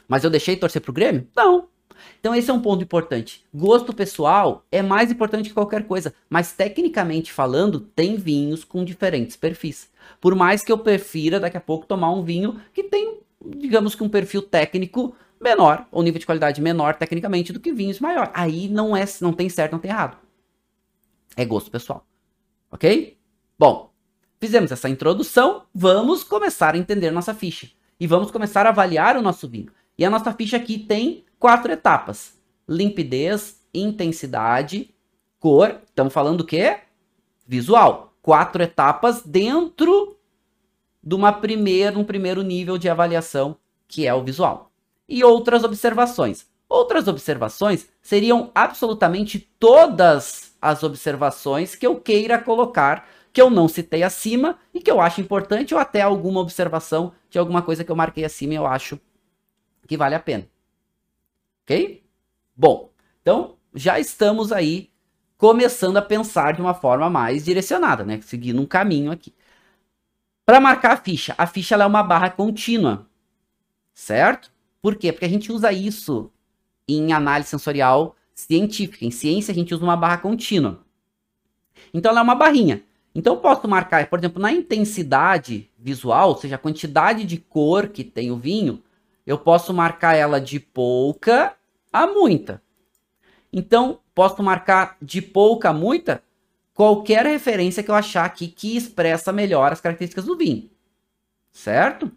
Mas eu deixei de torcer pro Grêmio? Não. Então esse é um ponto importante. Gosto pessoal é mais importante que qualquer coisa, mas tecnicamente falando, tem vinhos com diferentes perfis. Por mais que eu prefira daqui a pouco tomar um vinho que tem, digamos que um perfil técnico menor, ou nível de qualidade menor tecnicamente do que vinhos maior. Aí não é, não tem certo, não tem errado. É gosto pessoal. OK? Bom, fizemos essa introdução, vamos começar a entender nossa ficha. E vamos começar a avaliar o nosso vinho. E a nossa ficha aqui tem quatro etapas: limpidez, intensidade, cor. Estamos falando do quê? Visual. Quatro etapas dentro de uma primeira, um primeiro nível de avaliação, que é o visual. E outras observações. Outras observações seriam absolutamente todas as observações que eu queira colocar, que eu não citei acima e que eu acho importante, ou até alguma observação de alguma coisa que eu marquei acima e eu acho que vale a pena. OK? Bom, então já estamos aí começando a pensar de uma forma mais direcionada, né? Seguindo um caminho aqui. Para marcar a ficha, a ficha ela é uma barra contínua, certo? Por quê? Porque a gente usa isso em análise sensorial científica. Em ciência a gente usa uma barra contínua. Então ela é uma barrinha. Então eu posso marcar, por exemplo, na intensidade visual, ou seja, a quantidade de cor que tem o vinho, eu posso marcar ela de pouca a muita. Então, posso marcar de pouca a muita qualquer referência que eu achar aqui que expressa melhor as características do vinho. Certo?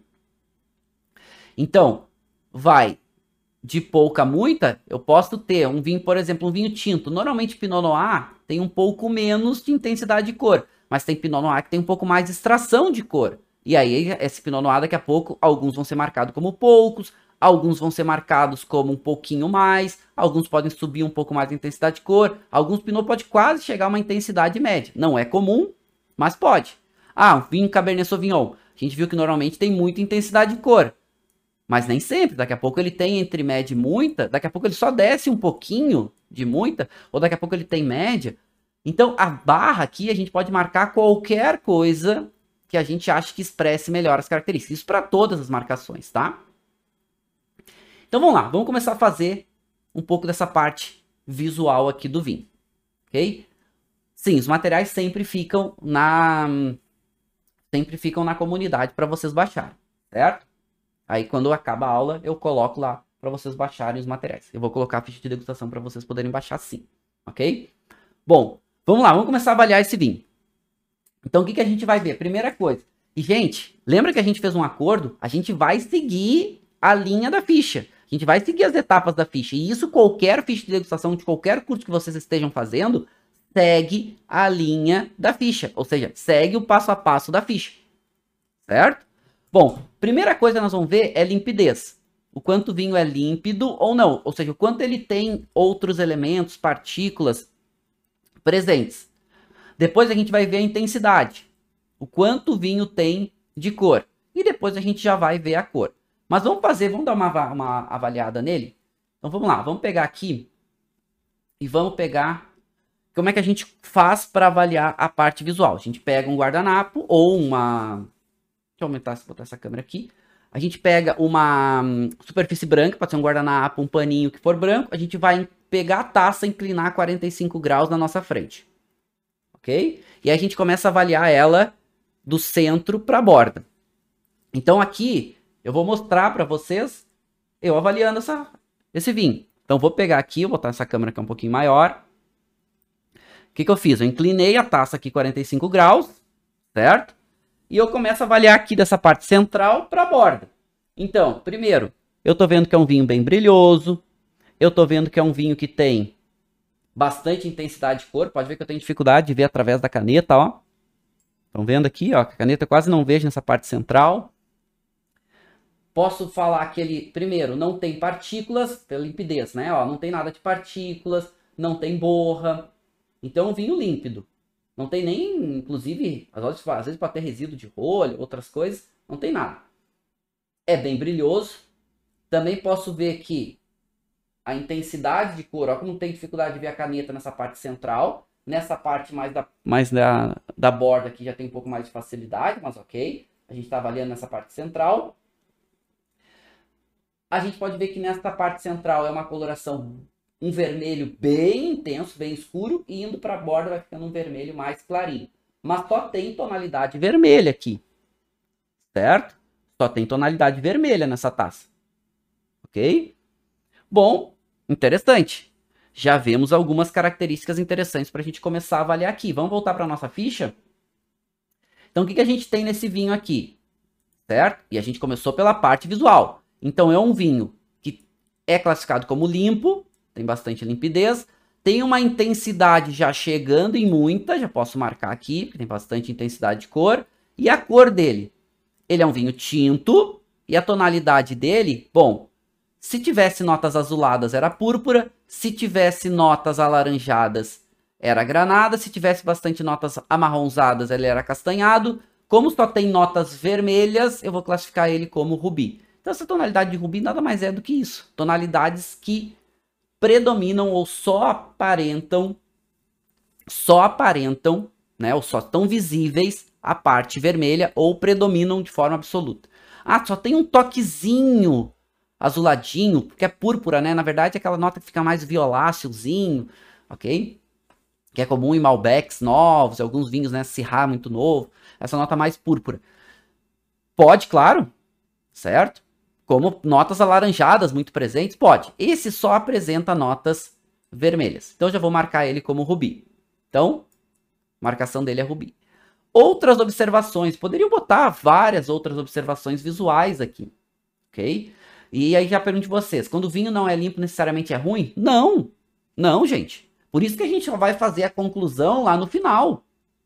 Então, vai de pouca a muita, eu posso ter um vinho, por exemplo, um vinho tinto. Normalmente, Pinot Noir tem um pouco menos de intensidade de cor, mas tem Pinot Noir que tem um pouco mais de extração de cor. E aí, esse Pinot Noir, daqui a pouco, alguns vão ser marcados como poucos, alguns vão ser marcados como um pouquinho mais, alguns podem subir um pouco mais de intensidade de cor, alguns Pinot pode quase chegar a uma intensidade média. Não é comum, mas pode. Ah, um vinho Cabernet Sauvignon. A gente viu que normalmente tem muita intensidade de cor, mas nem sempre. Daqui a pouco ele tem entre média e muita, daqui a pouco ele só desce um pouquinho de muita, ou daqui a pouco ele tem média. Então, a barra aqui, a gente pode marcar qualquer coisa que a gente acha que expresse melhor as características. Isso para todas as marcações, tá? Então vamos lá, vamos começar a fazer um pouco dessa parte visual aqui do vinho, ok? Sim, os materiais sempre ficam na sempre ficam na comunidade para vocês baixarem, certo? Aí quando acaba a aula eu coloco lá para vocês baixarem os materiais. Eu vou colocar a ficha de degustação para vocês poderem baixar sim, ok? Bom, vamos lá, vamos começar a avaliar esse vinho. Então o que, que a gente vai ver? Primeira coisa, e gente, lembra que a gente fez um acordo? A gente vai seguir a linha da ficha. A gente vai seguir as etapas da ficha. E isso qualquer ficha de degustação de qualquer curso que vocês estejam fazendo, segue a linha da ficha. Ou seja, segue o passo a passo da ficha. Certo? Bom, primeira coisa que nós vamos ver é limpidez. O quanto o vinho é límpido ou não. Ou seja, o quanto ele tem outros elementos, partículas presentes. Depois a gente vai ver a intensidade. O quanto o vinho tem de cor. E depois a gente já vai ver a cor. Mas vamos fazer, vamos dar uma, uma avaliada nele? Então vamos lá, vamos pegar aqui e vamos pegar como é que a gente faz para avaliar a parte visual. A gente pega um guardanapo ou uma... Deixa eu aumentar, botar essa câmera aqui. A gente pega uma superfície branca, pode ser um guardanapo, um paninho que for branco. A gente vai pegar a taça e inclinar quarenta e cinco graus na nossa frente. Ok? E aí a gente começa a avaliar ela do centro para a borda. Então aqui eu vou mostrar para vocês eu avaliando essa, esse vinho. Então vou pegar aqui, vou botar essa câmera que é um pouquinho maior. O que, que eu fiz? Eu inclinei a taça aqui quarenta e cinco graus, certo? E eu começo a avaliar aqui dessa parte central para a borda. Então, primeiro, eu tô vendo que é um vinho bem brilhoso. Eu tô vendo que é um vinho que tem bastante intensidade de cor. Pode ver que eu tenho dificuldade de ver através da caneta, ó. Estão vendo aqui, ó, que a caneta eu quase não vejo nessa parte central. Posso falar que ele, primeiro, não tem partículas, pela limpidez, né? Ó, não tem nada de partículas, não tem borra. Então, é um vinho límpido. Não tem nem, inclusive, às vezes, às vezes pode ter resíduo de rolha, outras coisas, não tem nada. É bem brilhoso. Também posso ver que a intensidade de cor, ó, como não tem dificuldade de ver a caneta nessa parte central. Nessa parte mais da, mais da, da borda aqui já tem um pouco mais de facilidade, mas ok. A gente está avaliando nessa parte central. a gente pode ver que nesta parte central é uma coloração, um vermelho bem intenso, bem escuro, e indo para a borda vai ficando um vermelho mais clarinho. Mas só tem tonalidade vermelha aqui, certo? Só tem tonalidade vermelha nessa taça, ok? Bom, interessante. Já vemos algumas características interessantes para a gente começar a avaliar aqui. Vamos voltar para a nossa ficha? Então, o que, que a gente tem nesse vinho aqui? Certo? E a gente começou pela parte visual. Então, é um vinho que é classificado como limpo, tem bastante limpidez, tem uma intensidade já chegando em muita, já posso marcar aqui, porque tem bastante intensidade de cor. E a cor dele? Ele é um vinho tinto, e a tonalidade dele, bom, se tivesse notas azuladas era púrpura, se tivesse notas alaranjadas era granada, se tivesse bastante notas amarronzadas ele era castanhado. Como só tem notas vermelhas, eu vou classificar ele como rubi. Então essa tonalidade de rubi nada mais é do que isso. Tonalidades que predominam ou só aparentam, só aparentam, né, ou só estão visíveis a parte vermelha ou predominam de forma absoluta. Ah, só tem um toquezinho azuladinho, porque é púrpura, né? Na verdade, é aquela nota que fica mais violáceozinho, ok? Que é comum em Malbecs novos, alguns vinhos, né? Syrah muito novo. Essa nota mais púrpura. Pode, claro, certo? Como notas alaranjadas muito presentes, pode. Esse só apresenta notas vermelhas. Então, eu já vou marcar ele como rubi. Então, marcação dele é rubi. Outras observações. Poderiam botar várias outras observações visuais aqui, ok? E aí já pergunto de vocês, quando o vinho não é limpo, necessariamente é ruim? Não, não, gente. Por isso que a gente só vai fazer a conclusão lá no final.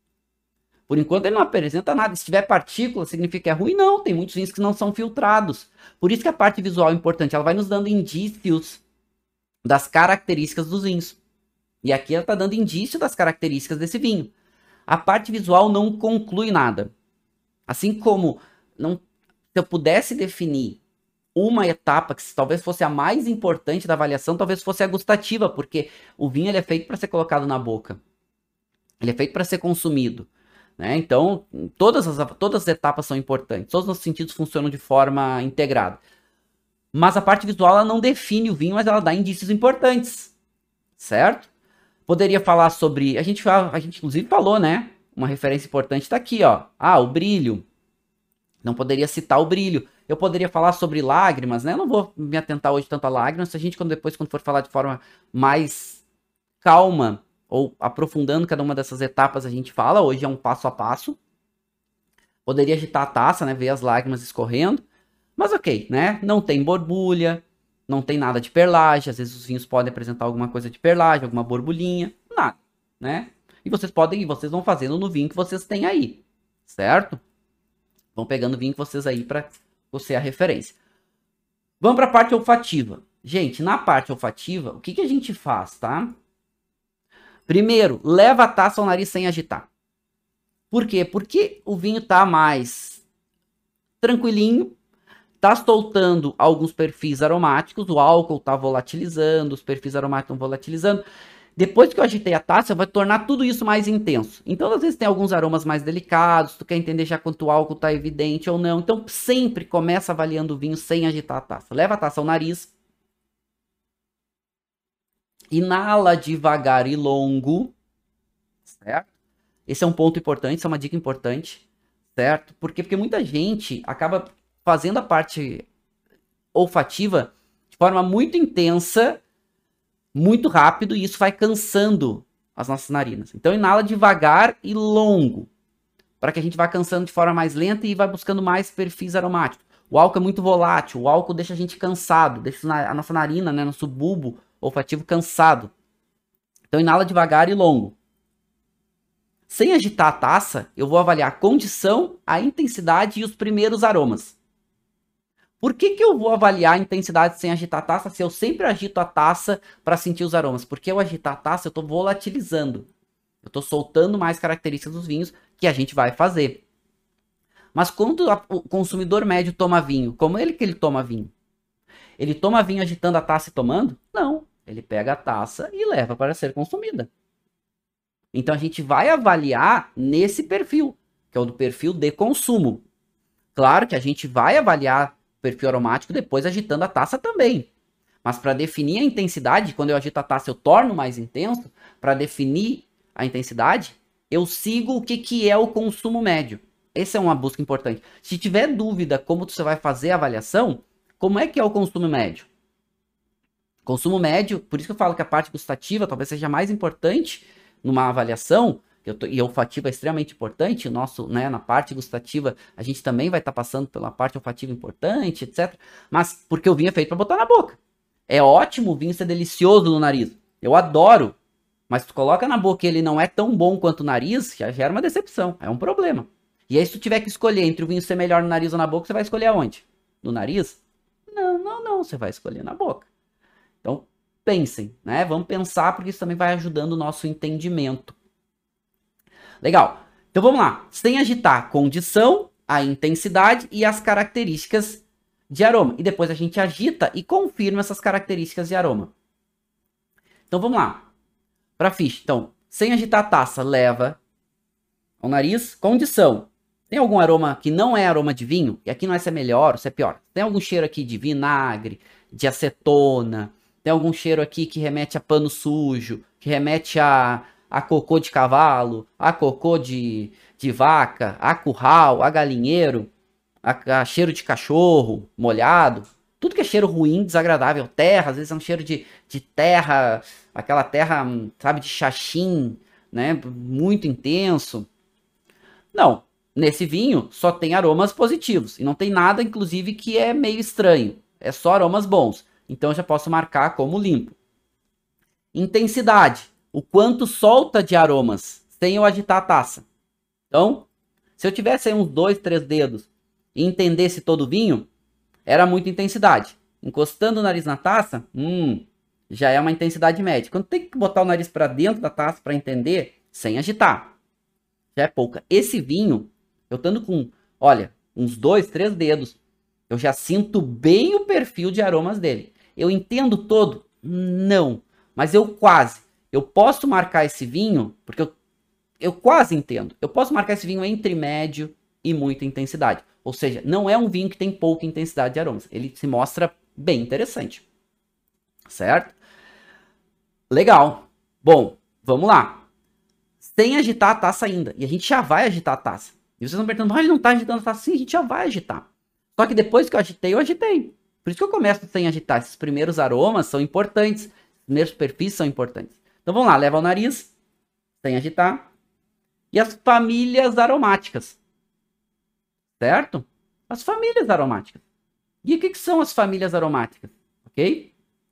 Por enquanto ele não apresenta nada. Se tiver partícula, significa que é ruim? Não, tem muitos vinhos que não são filtrados. Por isso que a parte visual é importante. Ela vai nos dando indícios das características dos vinhos. E aqui ela está dando indício das características desse vinho. A parte visual não conclui nada. Assim como não, se eu pudesse definir uma etapa que talvez fosse a mais importante da avaliação, talvez fosse a gustativa, porque o vinho ele é feito para ser colocado na boca. Ele é feito para ser consumido, né? Então, todas as, todas as etapas são importantes. Todos os sentidos funcionam de forma integrada. Mas a parte visual ela não define o vinho, mas ela dá indícios importantes, certo? Poderia falar sobre... A gente, a gente inclusive falou, né? Uma referência importante está aqui, ó. Ah, o brilho. Não poderia citar o brilho. Eu poderia falar sobre lágrimas, né? Eu não vou me atentar hoje tanto a lágrimas. Se a gente, quando depois, quando for falar de forma mais calma, ou aprofundando cada uma dessas etapas, a gente fala. Hoje é um passo a passo. Poderia agitar a taça, né? Ver as lágrimas escorrendo. Mas ok, né? Não tem borbulha, não tem nada de perlagem. Às vezes os vinhos podem apresentar alguma coisa de perlagem, alguma borbulhinha. Nada, né? E vocês podem, e vocês vão fazendo no vinho que vocês têm aí, certo? Vão pegando o vinho que vocês aí para você a referência. Vamos para a parte olfativa. Gente, na parte olfativa, o que, que a gente faz, tá? Primeiro, leva a taça ao nariz sem agitar. Por quê? Porque o vinho tá mais tranquilinho, tá soltando alguns perfis aromáticos, o álcool tá volatilizando, os perfis aromáticos estão volatilizando. Depois que eu agitei a taça, vai tornar tudo isso mais intenso. Então, às vezes tem alguns aromas mais delicados, tu quer entender já quanto o álcool tá evidente ou não. Então, sempre começa avaliando o vinho sem agitar a taça. Leva a taça ao nariz. Inala devagar e longo, certo? Esse é um ponto importante, isso é uma dica importante, certo? Por quê? Porque muita gente acaba fazendo a parte olfativa de forma muito intensa, muito rápido, e isso vai cansando as nossas narinas. Então, inala devagar e longo, para que a gente vá cansando de forma mais lenta e vá buscando mais perfis aromáticos. O álcool é muito volátil, o álcool deixa a gente cansado, deixa a nossa narina, né, nosso bulbo olfativo cansado. Então, inala devagar e longo. Sem agitar a taça, eu vou avaliar a condição, a intensidade e os primeiros aromas. Por que que eu vou avaliar a intensidade sem agitar a taça se eu sempre agito a taça para sentir os aromas? Porque eu agitar a taça, eu estou volatilizando. Eu estou soltando mais características dos vinhos que a gente vai fazer. Mas quando o consumidor médio toma vinho, como ele que ele toma vinho? Ele toma vinho agitando a taça e tomando? Não. Ele pega a taça e leva para ser consumida. Então a gente vai avaliar nesse perfil, que é o do perfil de consumo. Claro que a gente vai avaliar perfil aromático depois agitando a taça também. Mas para definir a intensidade, quando eu agito a taça eu torno mais intenso, para definir a intensidade, eu sigo o que, que é o consumo médio. Essa é uma busca importante. Se tiver dúvida como você vai fazer a avaliação, como é que é o consumo médio? Consumo médio, por isso que eu falo que a parte gustativa talvez seja mais importante numa avaliação, e a olfativa é extremamente importante, o nosso, né, na parte gustativa a gente também vai estar tá passando pela parte olfativa importante, etcétera. Mas porque o vinho é feito para botar na boca. É ótimo o vinho ser delicioso no nariz. Eu adoro. Mas tu coloca na boca e ele não é tão bom quanto o nariz, já gera uma decepção. É um problema. E aí se tu tiver que escolher entre o vinho ser melhor no nariz ou na boca, você vai escolher aonde? No nariz? Não, não, não. Você vai escolher na boca. Então, pensem, né? Vamos pensar porque isso também vai ajudando o nosso entendimento. Legal. Então vamos lá. Sem agitar a condição, a intensidade e as características de aroma. E depois a gente agita e confirma essas características de aroma. Então vamos lá. Para ficha. Então, sem agitar a taça, leva ao nariz. Condição. Tem algum aroma que não é aroma de vinho? E aqui não é se é melhor ou se é pior. Tem algum cheiro aqui de vinagre, de acetona? Tem algum cheiro aqui que remete a pano sujo? Que remete a, a cocô de cavalo? A cocô de, de vaca? A curral? A galinheiro? A, a cheiro de cachorro molhado? Tudo que é cheiro ruim, desagradável. Terra, às vezes é um cheiro de, de terra, aquela terra, sabe, de xaxim, né? Muito intenso. Não. Nesse vinho só tem aromas positivos. E não tem nada, inclusive, que é meio estranho. É só aromas bons. Então eu já posso marcar como limpo. Intensidade. O quanto solta de aromas sem eu agitar a taça. Então, se eu tivesse aí uns dois, três dedos e entendesse todo o vinho, era muita intensidade. Encostando o nariz na taça, hum, já é uma intensidade média. Quando tem que botar o nariz para dentro da taça para entender, sem agitar, já é pouca. Esse vinho, eu estando com, olha, uns dois, três dedos, eu já sinto bem o perfil de aromas dele. Eu entendo todo? Não, mas eu quase. Eu posso marcar esse vinho, porque eu, eu quase entendo. Eu posso marcar esse vinho entre médio e muita intensidade. Ou seja, não é um vinho que tem pouca intensidade de aromas. Ele se mostra bem interessante. Certo? Legal. Bom, vamos lá. Sem agitar a taça ainda. E a gente já vai agitar a taça. E vocês estão perguntando, ah, ele não está agitando a taça? Sim, a gente já vai agitar. Só que depois que eu agitei, eu agitei. Por isso que eu começo sem agitar. Esses primeiros aromas são importantes. Os primeiros perfis são importantes. Então vamos lá, leva ao nariz, sem agitar. E as famílias aromáticas. Certo? As famílias aromáticas. E o que, que são as famílias aromáticas? Ok?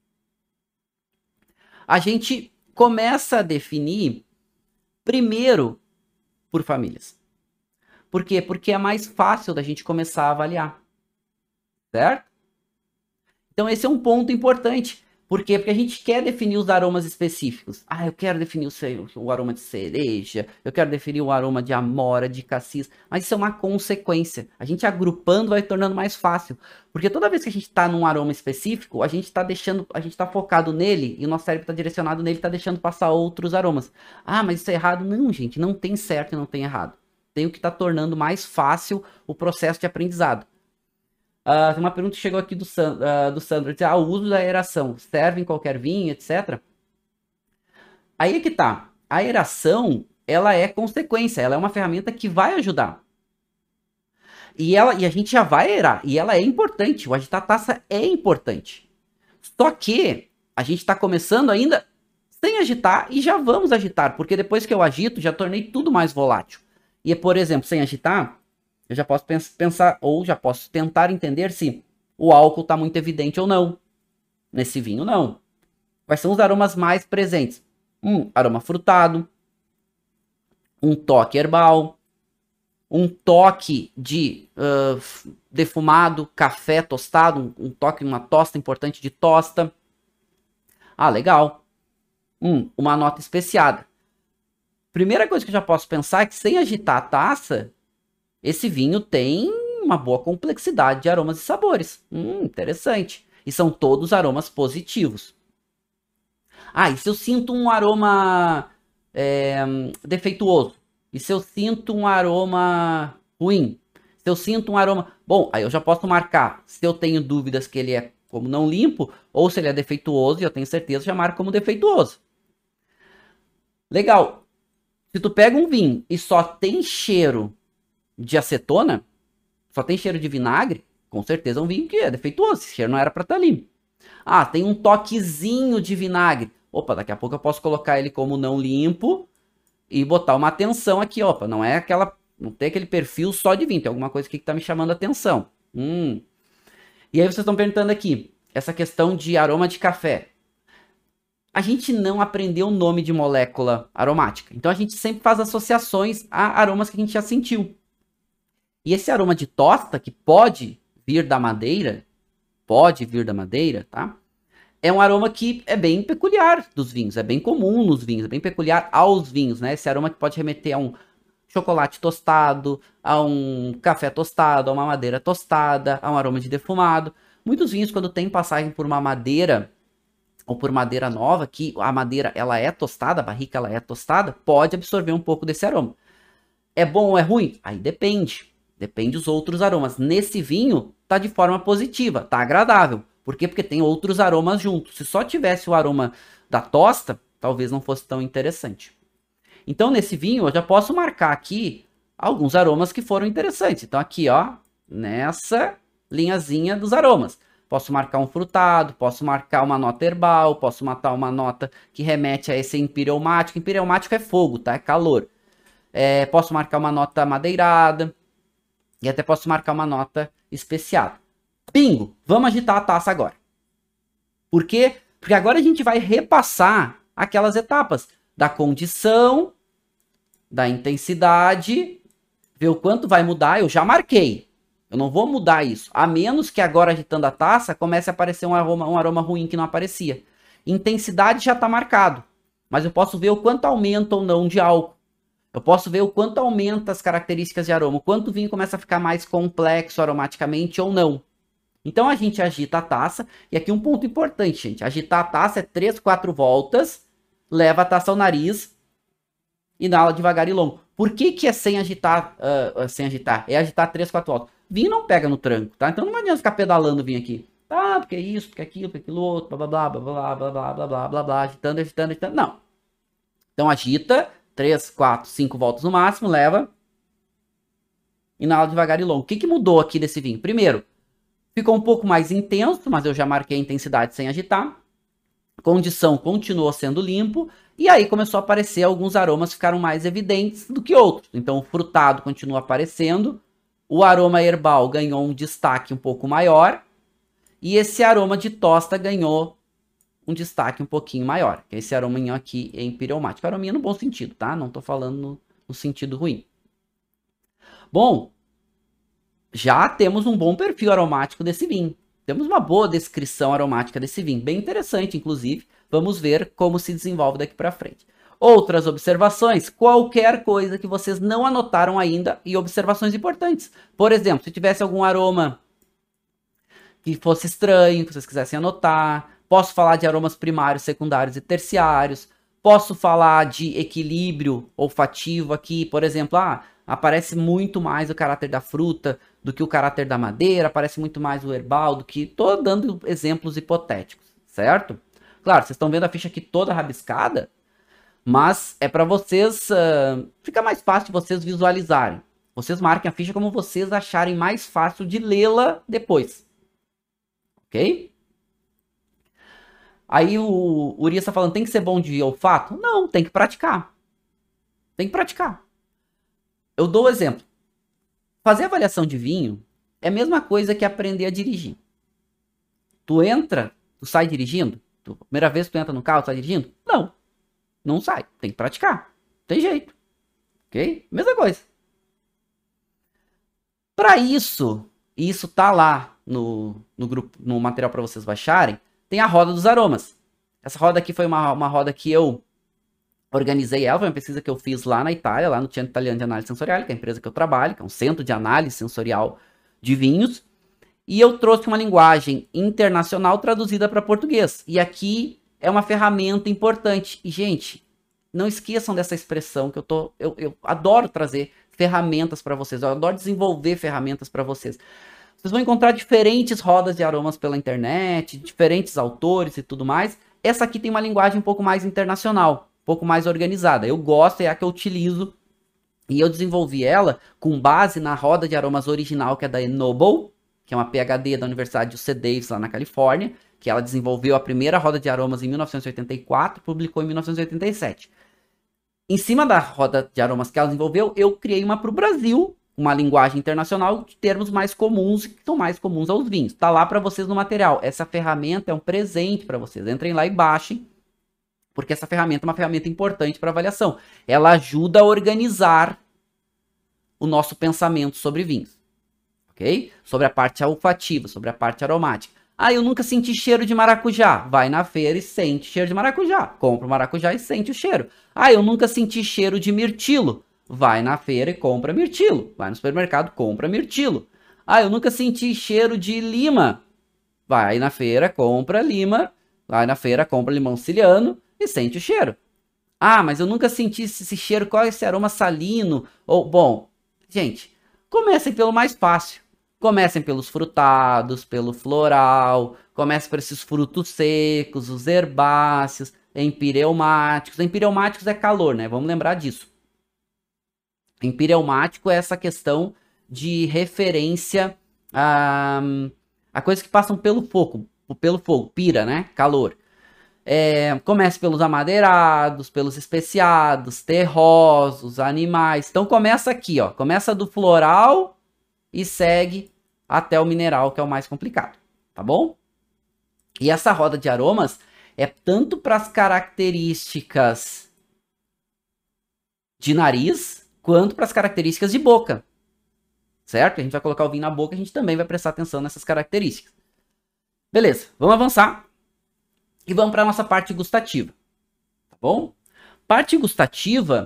A gente começa a definir primeiro por famílias. Por quê? Porque é mais fácil da gente começar a avaliar. Certo? Então esse é um ponto importante. Por quê? Porque a gente quer definir os aromas específicos. Ah, eu quero definir o, o aroma de cereja, eu quero definir o aroma de amora, de cassis. Mas isso é uma consequência. A gente agrupando vai tornando mais fácil. Porque toda vez que a gente está num aroma específico, a gente está deixando, a gente está focado nele e o nosso cérebro está direcionado nele, está deixando passar outros aromas. Ah, mas isso é errado? Não, gente, não tem certo e não tem errado. Tem o que está tornando mais fácil o processo de aprendizado. Uh, tem uma pergunta que chegou aqui do, San, uh, do Sandro. Diz, ah, o uso da aeração serve em qualquer vinho, etcétera. Aí é que tá. A aeração, ela é consequência. Ela é uma ferramenta que vai ajudar. E, ela, e a gente já vai aerar. E ela é importante. O agitar a taça é importante. Só que a gente está começando ainda sem agitar e já vamos agitar. Porque depois que eu agito, já tornei tudo mais volátil. E, por exemplo, sem agitar... eu já posso pensar, ou já posso tentar entender se o álcool está muito evidente ou não. Nesse vinho, não. Quais são os aromas mais presentes? Um aroma frutado, um toque herbal, um toque de uh, defumado, café tostado, um, um toque, uma tosta importante de tosta. Ah, legal. Um, uma nota especiada. Primeira coisa que eu já posso pensar é que sem agitar a taça, esse vinho tem uma boa complexidade de aromas e sabores. Hum, interessante. E são todos aromas positivos. Ah, e se eu sinto um aroma é, defeituoso? E se eu sinto um aroma ruim? Se eu sinto um aroma... Bom, aí eu já posso marcar se eu tenho dúvidas que ele é como não limpo, ou se ele é defeituoso, e eu tenho certeza, já marco como defeituoso. Legal. Se tu pega um vinho e só tem cheiro de acetona, só tem cheiro de vinagre, com certeza é um vinho que é defeituoso, esse cheiro não era para estar limpo. Ah, tem um toquezinho de vinagre. Opa, daqui a pouco eu posso colocar ele como não limpo e botar uma atenção aqui, opa, não é aquela... Não tem aquele perfil só de vinho, tem alguma coisa aqui que tá me chamando a atenção. Hum. E aí vocês estão perguntando aqui, essa questão de aroma de café. A gente não aprendeu o nome de molécula aromática, então a gente sempre faz associações a aromas que a gente já sentiu. E esse aroma de tosta, que pode vir da madeira, pode vir da madeira, tá? É um aroma que é bem peculiar dos vinhos, é bem comum nos vinhos, é bem peculiar aos vinhos, né? Esse aroma que pode remeter a um chocolate tostado, a um café tostado, a uma madeira tostada, a um aroma de defumado. Muitos vinhos, quando tem passagem por uma madeira, ou por madeira nova, que a madeira ela é tostada, a barrica ela é tostada, pode absorver um pouco desse aroma. É bom ou é ruim? Aí depende. Depende dos outros aromas. Nesse vinho, tá de forma positiva, tá agradável. Por quê? Porque tem outros aromas juntos. Se só tivesse o aroma da tosta, talvez não fosse tão interessante. Então, nesse vinho, eu já posso marcar aqui alguns aromas que foram interessantes. Então, aqui, ó, nessa linhazinha dos aromas. Posso marcar um frutado, posso marcar uma nota herbal, posso matar uma nota que remete a esse imperial mático. Imperial mático é fogo, tá? É calor. É, posso marcar uma nota madeirada. E até posso marcar uma nota especiada. Bingo! Vamos agitar a taça agora. Por quê? Porque agora a gente vai repassar aquelas etapas da condição, da intensidade, ver o quanto vai mudar. Eu já marquei. Eu não vou mudar isso. A menos que agora, agitando a taça, comece a aparecer um aroma, um aroma ruim que não aparecia. Intensidade já está marcado. Mas eu posso ver o quanto aumenta ou não de álcool. Eu posso ver o quanto aumenta as características de aroma. O quanto o vinho começa a ficar mais complexo aromaticamente ou não. Então a gente agita a taça. E aqui um ponto importante, gente. Agitar a taça é três, quatro voltas. Leva a taça ao nariz. Inala devagar e longo. Por que que é sem agitar? Uh, sem agitar? É agitar três, quatro voltas. Vinho não pega no tranco, tá? Então não adianta ficar pedalando o vinho aqui. Tá, porque isso, porque aquilo, porque aquilo outro, blá, blá, blá, blá, blá, blá, blá, blá, blá, blá, agitando, agitando, agitando. Não. Então agita, três, quatro, cinco voltas no máximo, leva. Inala devagar e longo. O que que mudou aqui desse vinho? Primeiro, ficou um pouco mais intenso, mas eu já marquei a intensidade sem agitar. Condição continuou sendo limpo. E aí começou a aparecer alguns aromas que ficaram mais evidentes do que outros. Então o frutado continua aparecendo. O aroma herbal ganhou um destaque um pouco maior. E esse aroma de tosta ganhou um destaque um pouquinho maior. Que esse arominho aqui é imperial mático. Arominha no bom sentido, tá? Não tô falando no, no sentido ruim. Bom, já temos um bom perfil aromático desse vinho. Temos uma boa descrição aromática desse vinho. Bem interessante, inclusive. Vamos ver como se desenvolve daqui para frente. Outras observações, qualquer coisa que vocês não anotaram ainda e observações importantes. Por exemplo, se tivesse algum aroma que fosse estranho, que vocês quisessem anotar. Posso falar de aromas primários, secundários e terciários. Posso falar de equilíbrio olfativo aqui. Por exemplo, ah, aparece muito mais o caráter da fruta do que o caráter da madeira. Aparece muito mais o herbal do que... Tô dando exemplos hipotéticos, certo? Claro, vocês estão vendo a ficha aqui toda rabiscada, mas é para vocês, uh, fica mais fácil de vocês visualizarem. Vocês marquem a ficha como vocês acharem mais fácil de lê-la depois. Ok? Aí o Urias está falando, tem que ser bom de olfato? Não, tem que praticar. Tem que praticar. Eu dou um exemplo. Fazer avaliação de vinho é a mesma coisa que aprender a dirigir. Tu entra, tu sai dirigindo? Tu, primeira vez que tu entra no carro, tu sai dirigindo? Não. Não sai. Tem que praticar. Tem jeito. Ok? Mesma coisa. Para isso, e isso tá lá no, no grupo, no material para vocês baixarem, tem a roda dos aromas. Essa roda aqui foi uma, uma roda que eu organizei ela, foi uma pesquisa que eu fiz lá na Itália, lá no Centro Italiano de Análise Sensorial, que é a empresa que eu trabalho, que é um centro de análise sensorial de vinhos. E eu trouxe uma linguagem internacional traduzida para português. E aqui é uma ferramenta importante. E, gente, não esqueçam dessa expressão que eu tô... Eu, eu adoro trazer ferramentas para vocês, eu adoro desenvolver ferramentas para vocês. Vocês vão encontrar diferentes rodas de aromas pela internet, diferentes autores e tudo mais. Essa aqui tem uma linguagem um pouco mais internacional, um pouco mais organizada. Eu gosto, é a que eu utilizo. E eu desenvolvi ela com base na roda de aromas original, que é da Enoble, que é uma PhD da Universidade de U C Davis, lá na Califórnia, que ela desenvolveu a primeira roda de aromas em mil novecentos e oitenta e quatro e publicou em mil novecentos e oitenta e sete. Em cima da roda de aromas que ela desenvolveu, eu criei uma para o Brasil, uma linguagem internacional de termos mais comuns, que são mais comuns aos vinhos. Tá lá para vocês no material. Essa ferramenta é um presente para vocês. Entrem lá e baixem, porque essa ferramenta é uma ferramenta importante para avaliação. Ela ajuda a organizar o nosso pensamento sobre vinhos, ok? Sobre a parte olfativa, sobre a parte aromática. Ah, eu nunca senti cheiro de maracujá. Vai na feira e sente cheiro de maracujá. Compra o maracujá e sente o cheiro. Ah, eu nunca senti cheiro de mirtilo. Vai na feira e compra mirtilo. Vai no supermercado, compra mirtilo. Ah, eu nunca senti cheiro de lima. Vai na feira, compra lima. Vai na feira, compra limão siciliano e sente o cheiro. Ah, mas eu nunca senti esse cheiro, qual é esse aroma salino? Ou, bom, gente, comecem pelo mais fácil. Comecem pelos frutados, pelo floral. Comecem por esses frutos secos, os herbáceos, empireumáticos. Empireumáticos é calor, né? Vamos lembrar disso. Empireumático é essa questão de referência a, a coisas que passam pelo fogo, pelo fogo, pira, né? Calor. É, comece pelos amadeirados, pelos especiados, terrosos, animais. Então começa aqui, ó. Começa do floral e segue até o mineral, que é o mais complicado, tá bom? E essa roda de aromas é tanto para as características de nariz, quanto para as características de boca, certo? A gente vai colocar o vinho na boca, a gente também vai prestar atenção nessas características. Beleza, vamos avançar e vamos para a nossa parte gustativa, tá bom? Parte gustativa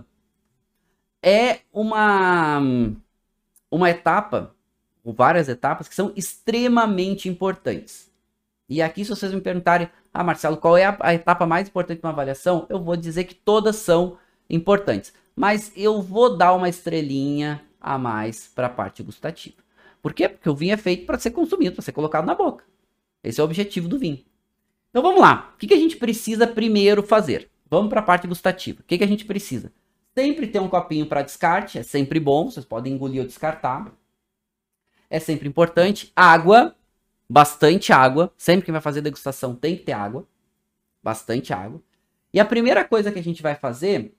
é uma, uma etapa, ou várias etapas, que são extremamente importantes. E aqui, se vocês me perguntarem, ah, Marcelo, qual é a, a etapa mais importante de uma avaliação? Eu vou dizer que todas são importantes. Mas eu vou dar uma estrelinha a mais para a parte gustativa. Por quê? Porque o vinho é feito para ser consumido, para ser colocado na boca. Esse é o objetivo do vinho. Então vamos lá. O que, que a gente precisa primeiro fazer? Vamos para a parte gustativa. O que, que a gente precisa? Sempre ter um copinho para descarte. É sempre bom. Vocês podem engolir ou descartar. É sempre importante. Água. Bastante água. Sempre que vai fazer degustação tem que ter água. Bastante água. E a primeira coisa que a gente vai fazer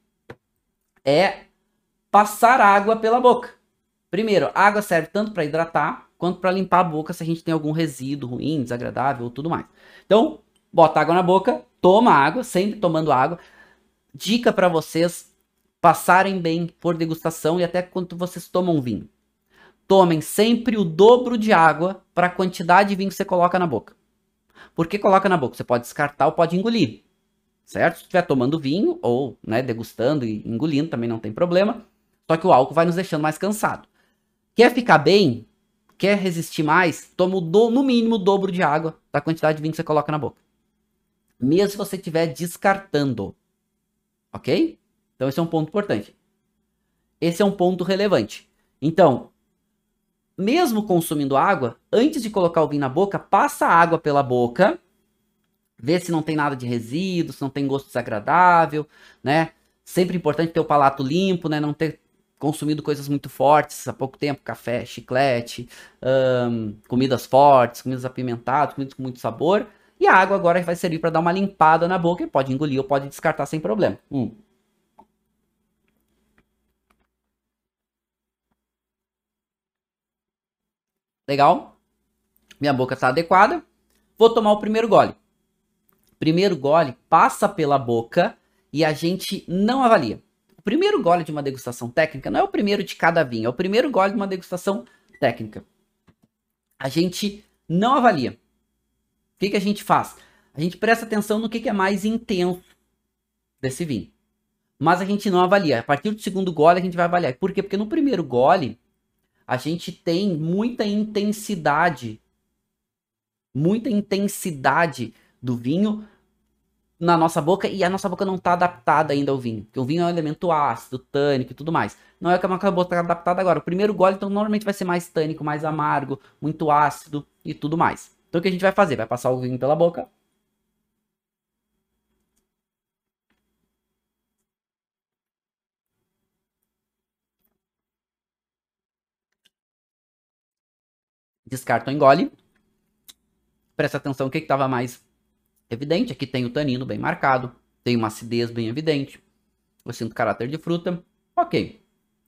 é passar água pela boca. Primeiro, a água serve tanto para hidratar, quanto para limpar a boca se a gente tem algum resíduo ruim, desagradável ou tudo mais. Então, bota água na boca, toma água, sempre tomando água. Dica para vocês passarem bem por degustação e até quando vocês tomam vinho. Tomem sempre o dobro de água para a quantidade de vinho que você coloca na boca. Por que coloca na boca? Você pode descartar ou pode engolir. Certo? Se estiver tomando vinho ou, né, degustando e engolindo, também não tem problema. Só que o álcool vai nos deixando mais cansado. Quer ficar bem? Quer resistir mais? Toma o do, no mínimo o dobro de água da quantidade de vinho que você coloca na boca. Mesmo se você estiver descartando. Ok? Então esse é um ponto importante. Esse é um ponto relevante. Então, mesmo consumindo água, antes de colocar o vinho na boca, passa a água pela boca. Vê se não tem nada de resíduo, se não tem gosto desagradável, né? Sempre importante ter o palato limpo, né? Não ter consumido coisas muito fortes há pouco tempo, café, chiclete, hum, comidas fortes, comidas apimentadas, comidas com muito sabor. E a água agora vai servir para dar uma limpada na boca e pode engolir ou pode descartar sem problema. Hum. Legal? Minha boca está adequada. Vou tomar o primeiro gole. Primeiro gole passa pela boca e a gente não avalia. O primeiro gole de uma degustação técnica não é o primeiro de cada vinho, é o primeiro gole de uma degustação técnica. A gente não avalia. O que, que a gente faz? A gente presta atenção no que, que é mais intenso desse vinho. Mas a gente não avalia. A partir do segundo gole a gente vai avaliar. Por quê? Porque no primeiro gole a gente tem muita intensidade. Muita intensidade do vinho na nossa boca e a nossa boca não está adaptada ainda ao vinho. Porque o vinho é um elemento ácido, tânico e tudo mais. Não é que a nossa boca está adaptada agora. O primeiro gole, então, normalmente vai ser mais tânico, mais amargo, muito ácido e tudo mais. Então, o que a gente vai fazer? Vai passar o vinho pela boca. Descarta ou engole. Presta atenção o que estava mais evidente. Aqui tem o tanino bem marcado. Tem uma acidez bem evidente. Eu sinto caráter de fruta. Ok.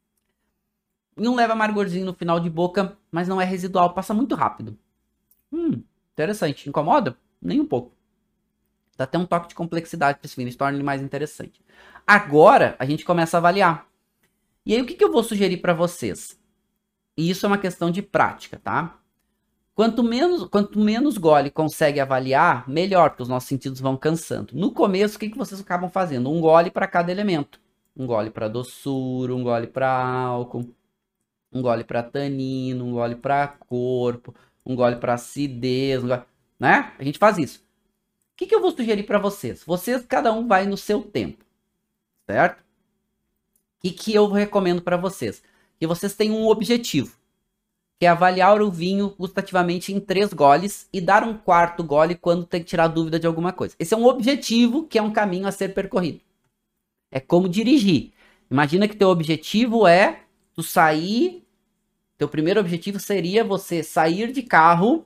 Não leva amargorzinho no final de boca, mas não é residual. Passa muito rápido. Hum, interessante. Incomoda? Nem um pouco. Dá até um toque de complexidade para esse vinho. Isso torna ele mais interessante. Agora, a gente começa a avaliar. E aí, o que, que eu vou sugerir para vocês? E isso é uma questão de prática, tá? Quanto menos, quanto menos gole consegue avaliar, melhor, porque os nossos sentidos vão cansando. No começo, o que, que vocês acabam fazendo? Um gole para cada elemento. Um gole para doçura, um gole para álcool, um gole para tanino, um gole para corpo, um gole para acidez, um gole, né? A gente faz isso. O que, que eu vou sugerir para vocês? Vocês, cada um vai no seu tempo, certo? O que, que eu recomendo para vocês? Que vocês tenham um objetivo, que é avaliar o vinho gustativamente em três goles e dar um quarto gole quando tem que tirar dúvida de alguma coisa. Esse é um objetivo que é um caminho a ser percorrido. É como dirigir. Imagina que teu objetivo é tu sair, teu primeiro objetivo seria você sair de carro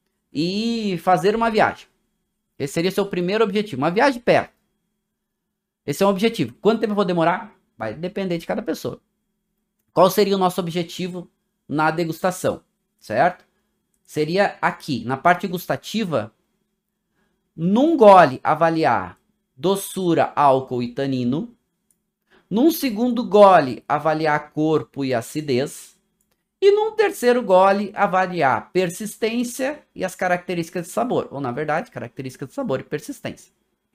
e fazer uma viagem. Esse seria seu primeiro objetivo, uma viagem perto. Esse é um objetivo. Quanto tempo eu vou demorar? Vai depender de cada pessoa. Qual seria o nosso objetivo na degustação, certo? Seria aqui, na parte gustativa, num gole avaliar doçura, álcool e tanino. Num segundo gole, avaliar corpo e acidez. E num terceiro gole, avaliar persistência e as características de sabor. Ou, na verdade, características de sabor e persistência.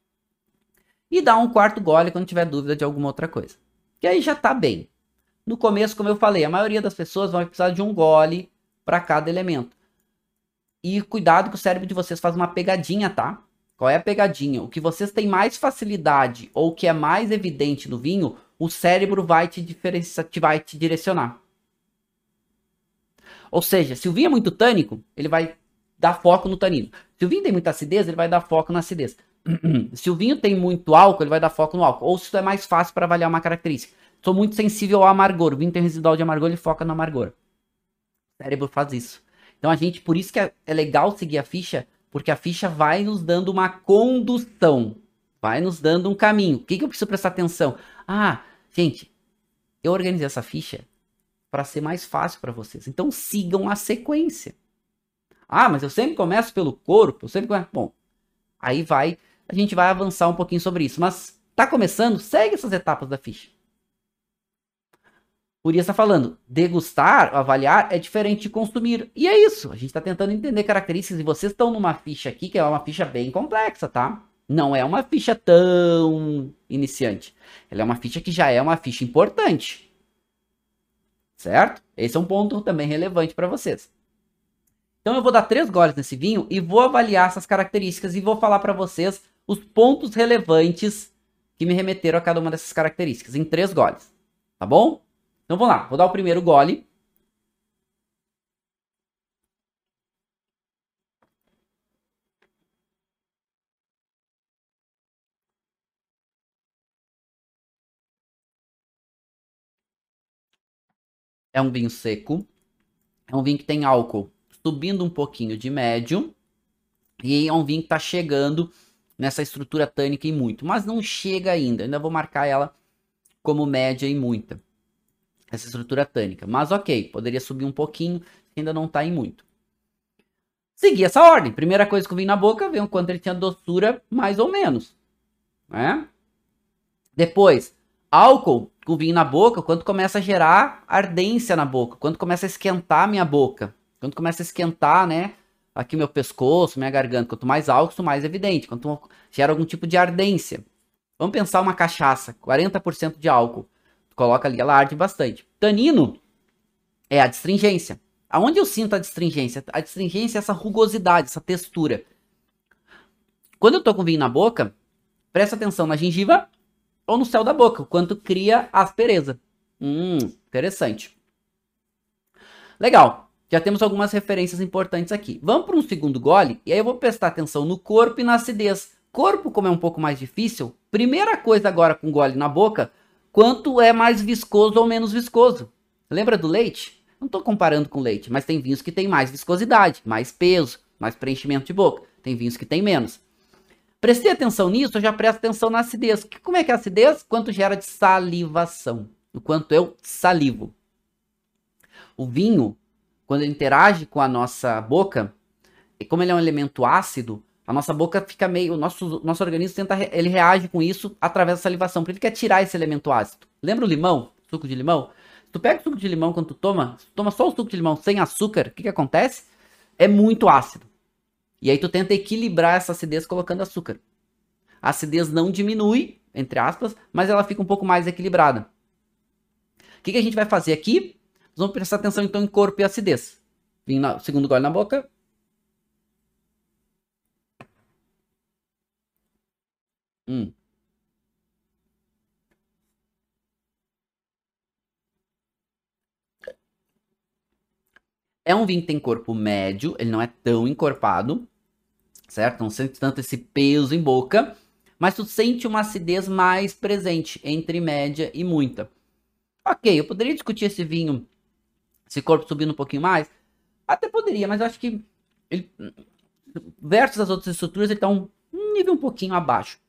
E dar um quarto gole quando tiver dúvida de alguma outra coisa. Que aí já tá bem. No começo, como eu falei, a maioria das pessoas vai precisar de um gole para cada elemento. E cuidado que o cérebro de vocês faz uma pegadinha, tá? Qual é a pegadinha? O que vocês têm mais facilidade ou o que é mais evidente no vinho, o cérebro vai te, vai te direcionar. Ou seja, se o vinho é muito tânico, ele vai dar foco no tanino. Se o vinho tem muita acidez, ele vai dar foco na acidez. Se o vinho tem muito álcool, ele vai dar foco no álcool. Ou se isso é mais fácil para avaliar uma característica. Sou muito sensível ao amargor. O vinho tem residual de amargor, ele foca no amargor. O cérebro faz isso. Então a gente, por isso que é, é legal seguir a ficha, porque a ficha vai nos dando uma condução. Vai nos dando um caminho. O que, que eu preciso prestar atenção? Ah, gente, eu organizei essa ficha para ser mais fácil para vocês. Então sigam a sequência. Ah, mas eu sempre começo pelo corpo, eu sempre começo... Bom, aí vai, a gente vai avançar um pouquinho sobre isso. Mas tá começando, segue essas etapas da ficha. Por isso está falando, degustar, avaliar é diferente de consumir. E é isso, a gente está tentando entender características e vocês estão numa ficha aqui que é uma ficha bem complexa, tá? Não é uma ficha tão iniciante. Ela é uma ficha que já é uma ficha importante. Certo? Esse é um ponto também relevante para vocês. Então eu vou dar três goles nesse vinho e vou avaliar essas características e vou falar para vocês os pontos relevantes que me remeteram a cada uma dessas características em três goles. Tá bom? Então vamos lá, vou dar o primeiro gole. É um vinho seco. É um vinho que tem álcool subindo um pouquinho de médio. E é um vinho que está chegando nessa estrutura tânica e muito. Mas não chega ainda. Ainda vou marcar ela como média e muita. Essa estrutura tânica. Mas ok, poderia subir um pouquinho. Ainda não está em muito. Segui essa ordem. Primeira coisa que eu vi na boca, ver o quanto ele tinha doçura, mais ou menos. Né? Depois, álcool com vinho na boca, quando começa a gerar ardência na boca, quando começa a esquentar a minha boca, quando começa a esquentar, né, aqui meu pescoço, minha garganta, quanto mais álcool, mais evidente, quanto gera algum tipo de ardência. Vamos pensar uma cachaça, quarenta por cento de álcool, coloca ali, ela arde bastante. Tanino é a astringência. Aonde eu sinto a astringência? A astringência é essa rugosidade, essa textura. Quando eu tô com vinho na boca, Presta atenção na gengiva ou no céu da boca, o quanto cria aspereza. Hum, interessante. Legal, já temos algumas referências importantes aqui. Vamos para um segundo gole, e aí eu vou prestar atenção no corpo e na acidez. Corpo, como é um pouco mais difícil, primeira coisa agora com gole na boca, quanto é mais viscoso ou menos viscoso. Lembra do leite? Não estou comparando com leite, mas tem vinhos que tem mais viscosidade, mais peso, mais preenchimento de boca. Tem vinhos que tem menos. Prestei atenção nisso, eu já presto atenção na acidez. Como é que é a acidez? Quanto gera de salivação. O quanto eu salivo. O vinho, quando ele interage com a nossa boca, e como ele é um elemento ácido, a nossa boca fica meio... O nosso, nosso organismo tenta... Ele reage com isso através da salivação, porque ele quer tirar esse elemento ácido. Lembra o limão? Suco de limão? Se tu pega o suco de limão quando tu toma, se tu toma só o suco de limão sem açúcar, o que que acontece? É muito ácido. E aí tu tenta equilibrar essa acidez colocando açúcar. A acidez não diminui, entre aspas, mas ela fica um pouco mais equilibrada. O que que a gente vai fazer aqui? Vamos prestar atenção então em corpo e acidez. Vim no segundo gole na boca. Hum. É um vinho que tem corpo médio, ele não é tão encorpado, certo? Não sente tanto esse peso em boca, mas tu sente uma acidez mais presente, entre média e muita. Ok, eu poderia discutir esse vinho, esse corpo subindo um pouquinho mais? Até poderia, mas eu acho que ele, versus as outras estruturas, ele está um nível um pouquinho abaixo.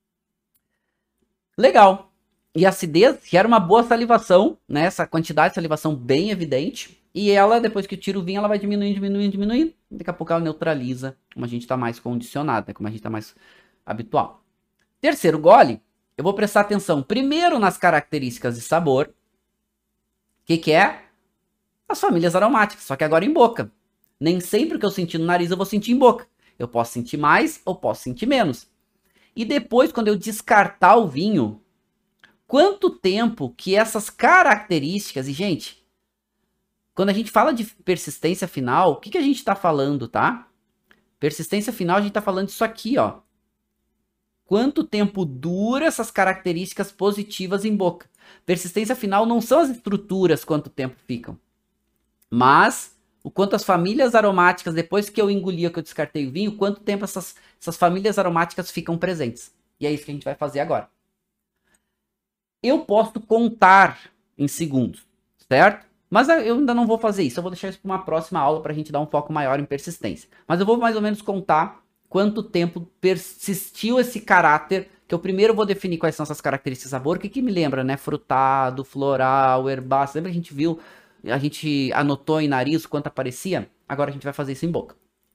Legal. E a acidez, que era uma boa salivação, né? Essa quantidade de salivação bem evidente. E ela, depois que tira o vinho, ela vai diminuindo, diminuindo, diminuindo. Daqui a pouco ela neutraliza, como a gente está mais condicionado, né? Como a gente está mais habitual. Terceiro gole, eu vou prestar atenção primeiro nas características de sabor. O que que é? As famílias aromáticas, só que agora em boca. Nem sempre que eu sentir no nariz eu vou sentir em boca. Eu posso sentir mais ou posso sentir menos. E depois, quando eu descartar o vinho, quanto tempo que essas características... E, gente, quando a gente fala de persistência final, o que, que a gente está falando, tá? Persistência final, a gente está falando disso aqui, ó. Quanto tempo dura essas características positivas em boca? Persistência final não são as estruturas quanto tempo ficam, mas o quanto as famílias aromáticas, depois que eu engolia, que eu descartei o vinho, quanto tempo essas, essas famílias aromáticas ficam presentes. E é isso que a gente vai fazer agora. Eu posso contar em segundos, certo? Mas eu ainda não vou fazer isso, eu vou deixar isso para uma próxima aula para a gente dar um foco maior em persistência. Mas eu vou mais ou menos contar quanto tempo persistiu esse caráter, que eu primeiro vou definir quais são essas características de sabor, que que me lembra, né? Frutado, floral, herbáceo. Lembra que a gente viu, a gente anotou em nariz quanto aparecia? Agora a gente vai fazer isso em boca.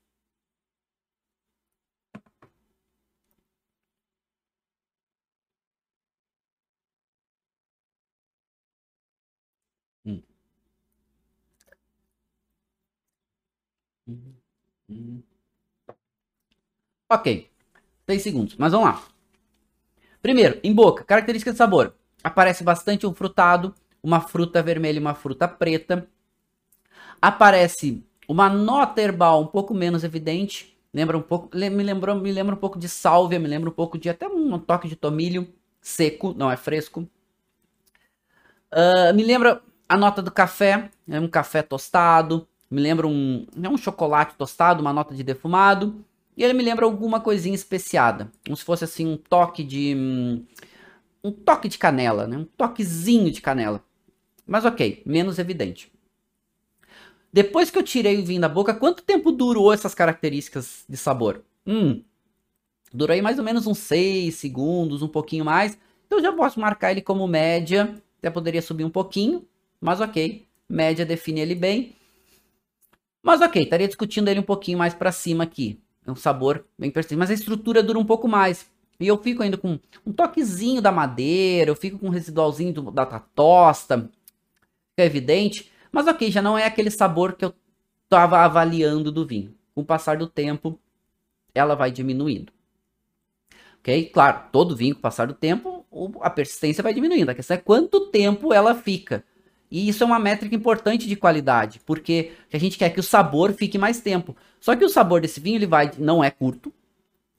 Hum. Hum. Hum. Ok, seis segundos, mas vamos lá. Primeiro, em boca, característica de sabor. Aparece bastante um frutado, uma fruta vermelha e uma fruta preta. Aparece uma nota herbal um pouco menos evidente. Lembra um pouco, me lembrou, me lembra um pouco de sálvia, me lembra um pouco de até um toque de tomilho seco, não é fresco. Uh, me lembra a nota do café, é um café tostado. Me lembra um, é um chocolate tostado, uma nota de defumado. E ele me lembra alguma coisinha especiada, como se fosse assim um toque de um, um toque de canela, né? Um toquezinho de canela. Mas ok, menos evidente. Depois que eu tirei o vinho da boca, quanto tempo durou essas características de sabor? Hum, durou aí mais ou menos uns seis segundos, um pouquinho mais. Então eu já posso marcar ele como média. Até poderia subir um pouquinho, mas ok. Média define ele bem. Mas ok, estaria discutindo ele um pouquinho mais para cima aqui. É um sabor bem persistente, mas a estrutura dura um pouco mais. E eu fico ainda com um toquezinho da madeira, eu fico com um residualzinho do, da, da tosta. Fica evidente. Mas ok, já não é aquele sabor que eu estava avaliando do vinho. Com o passar do tempo, ela vai diminuindo. Ok? Claro, todo vinho, com o passar do tempo, a persistência vai diminuindo. A questão é quanto tempo ela fica. E isso é uma métrica importante de qualidade, porque a gente quer que o sabor fique mais tempo. Só que o sabor desse vinho ele vai, não é curto,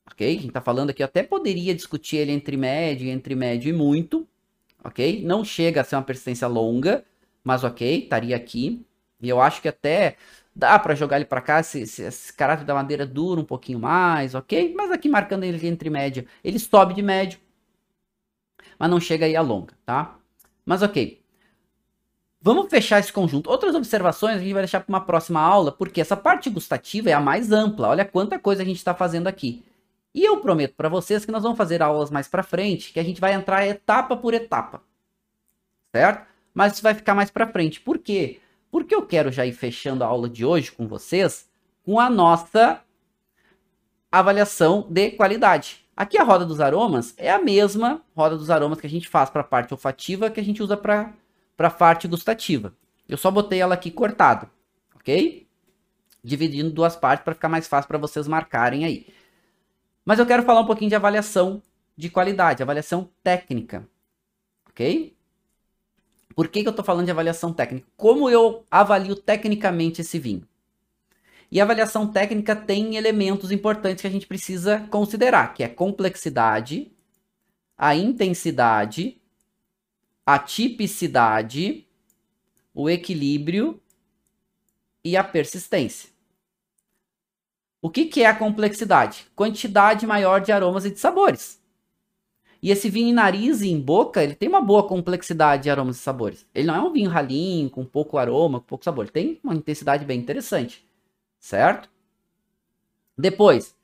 ok? A gente tá falando aqui, eu até poderia discutir ele entre médio, entre médio e muito, ok? Não chega a ser uma persistência longa, mas ok, estaria aqui. E eu acho que até dá para jogar ele para cá, se, se esse caráter da madeira dura um pouquinho mais, ok? Mas aqui marcando ele entre médio, ele sobe de médio, mas não chega aí a longa, tá? Mas ok. Vamos fechar esse conjunto. Outras observações a gente vai deixar para uma próxima aula, porque essa parte gustativa é a mais ampla. Olha quanta coisa a gente está fazendo aqui. E eu prometo para vocês que nós vamos fazer aulas mais para frente, que a gente vai entrar etapa por etapa, certo? Mas isso vai ficar mais para frente. Por quê? Porque eu quero já ir fechando a aula de hoje com vocês com a nossa avaliação de qualidade. Aqui a roda dos aromas é a mesma roda dos aromas que a gente faz para a parte olfativa que a gente usa para para a parte gustativa. Eu só botei ela aqui cortada, ok? Dividindo duas partes para ficar mais fácil para vocês marcarem aí. Mas eu quero falar um pouquinho de avaliação de qualidade, avaliação técnica, ok? Por que que eu estou falando de avaliação técnica? Como eu avalio tecnicamente esse vinho? E a avaliação técnica tem elementos importantes que a gente precisa considerar, que é complexidade, a intensidade, a tipicidade, o equilíbrio e a persistência. O que que é a complexidade? Quantidade maior de aromas e de sabores. E esse vinho em nariz e em boca, ele tem uma boa complexidade de aromas e sabores. Ele não é um vinho ralinho, com pouco aroma, com pouco sabor. Ele tem uma intensidade bem interessante, certo? Depois,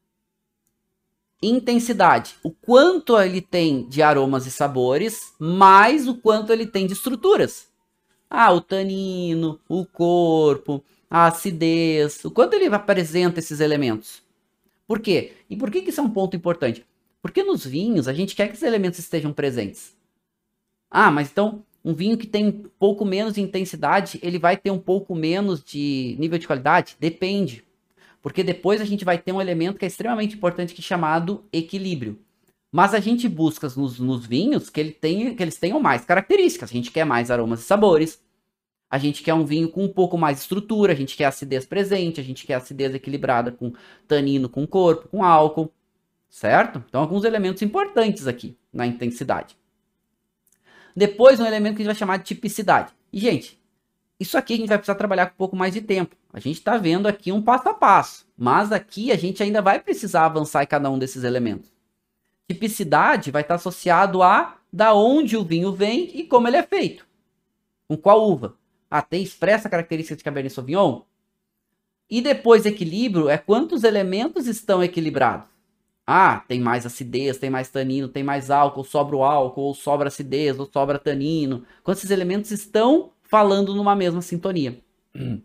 intensidade. O quanto ele tem de aromas e sabores, mais o quanto ele tem de estruturas. Ah, o tanino, o corpo, a acidez, o quanto ele apresenta esses elementos. Por quê? E por que que isso é um ponto importante? Porque nos vinhos a gente quer que esses elementos estejam presentes. Ah, mas então um vinho que tem um pouco menos de intensidade, ele vai ter um pouco menos de nível de qualidade? Depende. Porque depois a gente vai ter um elemento que é extremamente importante, que é chamado equilíbrio. Mas a gente busca nos, nos vinhos que, ele tem, que eles tenham mais características. A gente quer mais aromas e sabores. A gente quer um vinho com um pouco mais de estrutura. A gente quer acidez presente. A gente quer acidez equilibrada com tanino, com corpo, com álcool. Certo? Então, alguns elementos importantes aqui na intensidade. Depois, um elemento que a gente vai chamar de tipicidade. E, gente, isso aqui a gente vai precisar trabalhar com um pouco mais de tempo. A gente está vendo aqui um passo a passo. Mas aqui a gente ainda vai precisar avançar em cada um desses elementos. Tipicidade vai estar associado a da onde o vinho vem e como ele é feito. Com qual uva? Ah, tem expressa característica de Cabernet Sauvignon? E depois equilíbrio é quantos elementos estão equilibrados. Ah, tem mais acidez, tem mais tanino, tem mais álcool, sobra o álcool, ou sobra acidez, ou sobra tanino. Quantos esses elementos estão falando numa mesma sintonia. Hum.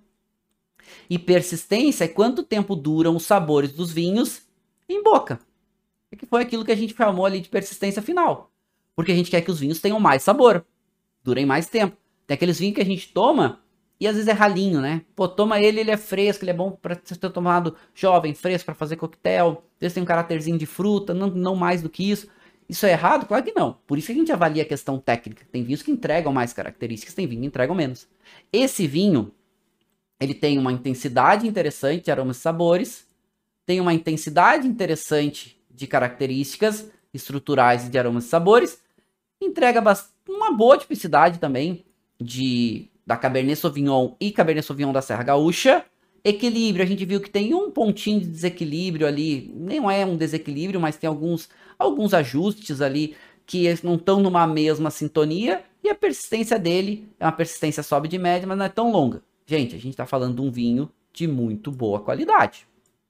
E persistência é quanto tempo duram os sabores dos vinhos em boca. Que foi aquilo que a gente chamou ali de persistência final. Porque a gente quer que os vinhos tenham mais sabor, durem mais tempo. Tem aqueles vinhos que a gente toma e às vezes é ralinho, né? Pô, toma ele, ele é fresco, ele é bom para ser tomado jovem, fresco, para fazer coquetel. Às vezes tem um caráterzinho de fruta, não, não mais do que isso. Isso é errado? Claro que não. Por isso que a gente avalia a questão técnica. Tem vinhos que entregam mais características, tem vinhos que entregam menos. Esse vinho, ele tem uma intensidade interessante de aromas e sabores, tem uma intensidade interessante de características estruturais de aromas e sabores, entrega uma boa tipicidade também de, da Cabernet Sauvignon e Cabernet Sauvignon da Serra Gaúcha. Equilíbrio, a gente viu que tem um pontinho de desequilíbrio ali, não é um desequilíbrio, mas tem alguns, alguns ajustes ali que não estão numa mesma sintonia, e a persistência dele é uma persistência sobe de média, mas não é tão longa. Gente, a gente está falando de um vinho de muito boa qualidade.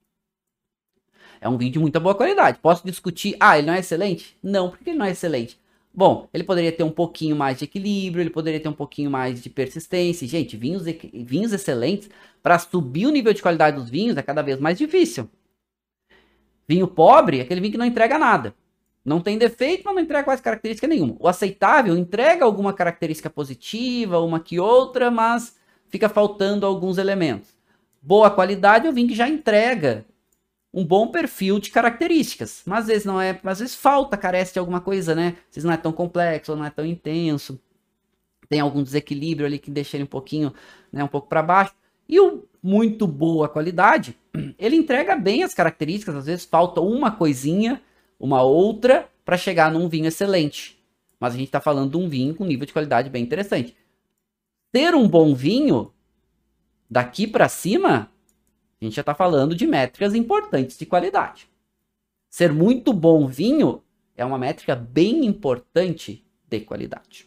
É um vinho de muita boa qualidade. Posso discutir, ah, ele não é excelente? Não, por que ele não é excelente? Bom, ele poderia ter um pouquinho mais de equilíbrio, ele poderia ter um pouquinho mais de persistência. Gente, vinhos, vinhos excelentes, para subir o nível de qualidade dos vinhos é cada vez mais difícil. Vinho pobre é aquele vinho que não entrega nada. Não tem defeito, mas não entrega quase característica nenhuma. O aceitável entrega alguma característica positiva, uma que outra, mas fica faltando alguns elementos. Boa qualidade é o vinho que já entrega um bom perfil de características, mas às vezes não é, às vezes falta, carece de alguma coisa, né? Às vezes não é tão complexo, ou não é tão intenso, tem algum desequilíbrio ali que deixa ele um pouquinho, né, um pouco para baixo. E o muito boa qualidade, ele entrega bem as características, às vezes falta uma coisinha, uma outra, para chegar num vinho excelente. Mas a gente está falando de um vinho com nível de qualidade bem interessante. Ter um bom vinho, daqui para cima, a gente já está falando de métricas importantes de qualidade. Ser muito bom vinho é uma métrica bem importante de qualidade.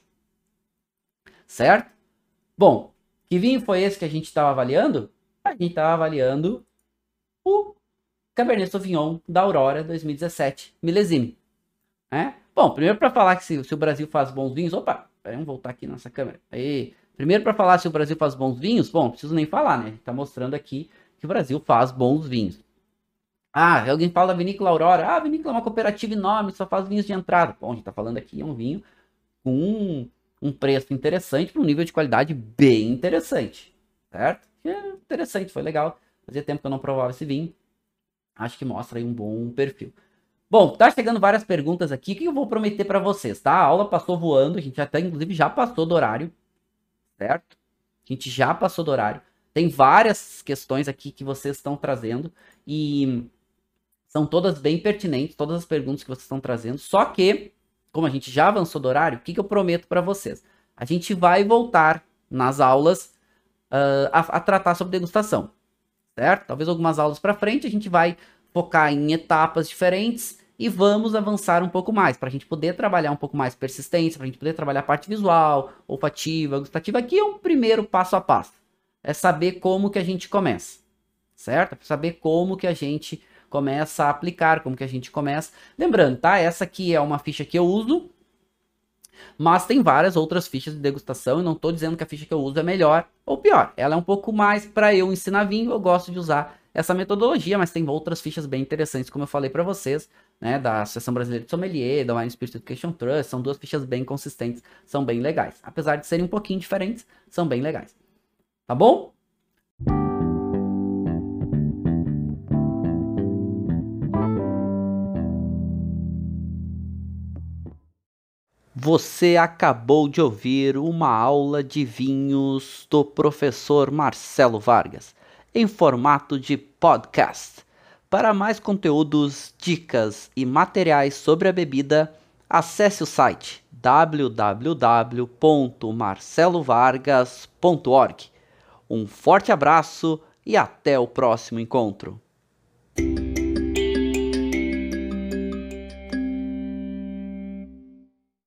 Certo? Bom, que vinho foi esse que a gente estava avaliando? A gente estava avaliando o Cabernet Sauvignon da Aurora dois mil e dezessete, milésime. É? Bom, primeiro para falar que se, se o Brasil faz bons vinhos... Opa, vamos voltar aqui nessa câmera. Aí. Primeiro para falar se o Brasil faz bons vinhos, bom, não preciso nem falar, né? A gente está mostrando aqui que o Brasil faz bons vinhos. Ah, alguém fala da Vinícola Aurora. Ah, a Vinícola é uma cooperativa enorme, só faz vinhos de entrada. Bom, a gente está falando aqui, é um vinho com um, um preço interessante para um nível de qualidade bem interessante, certo? É interessante, foi legal. Fazia tempo que eu não provava esse vinho. Acho que mostra aí um bom perfil. Bom, tá chegando várias perguntas aqui. O que eu vou prometer para vocês, tá? A aula passou voando, a gente até inclusive já passou do horário, certo? A gente já passou do horário. Tem várias questões aqui que vocês estão trazendo e são todas bem pertinentes, todas as perguntas que vocês estão trazendo. Só que, como a gente já avançou do horário, o que, que eu prometo para vocês? A gente vai voltar nas aulas uh, a, a tratar sobre degustação, certo? Talvez algumas aulas para frente a gente vai focar em etapas diferentes e vamos avançar um pouco mais, para a gente poder trabalhar um pouco mais persistência, para a gente poder trabalhar a parte visual, olfativa, gustativa. Aqui é um primeiro passo a passo. É saber como que a gente começa, certo? É saber como que a gente começa a aplicar, como que a gente começa. Lembrando, tá? Essa aqui é uma ficha que eu uso, mas tem várias outras fichas de degustação e não estou dizendo que a ficha que eu uso é melhor ou pior. Ela é um pouco mais para eu ensinar vinho, eu gosto de usar essa metodologia, mas tem outras fichas bem interessantes, como eu falei para vocês, né, da Associação Brasileira de Sommelier, da Wine Spirit Education Trust, são duas fichas bem consistentes, são bem legais. Apesar de serem um pouquinho diferentes, são bem legais. Tá bom? Você acabou de ouvir uma aula de vinhos do professor Marcelo Vargas, em formato de podcast. Para mais conteúdos, dicas e materiais sobre a bebida, acesse o site w w w ponto marcelo vargas ponto org. Um forte abraço e até o próximo encontro.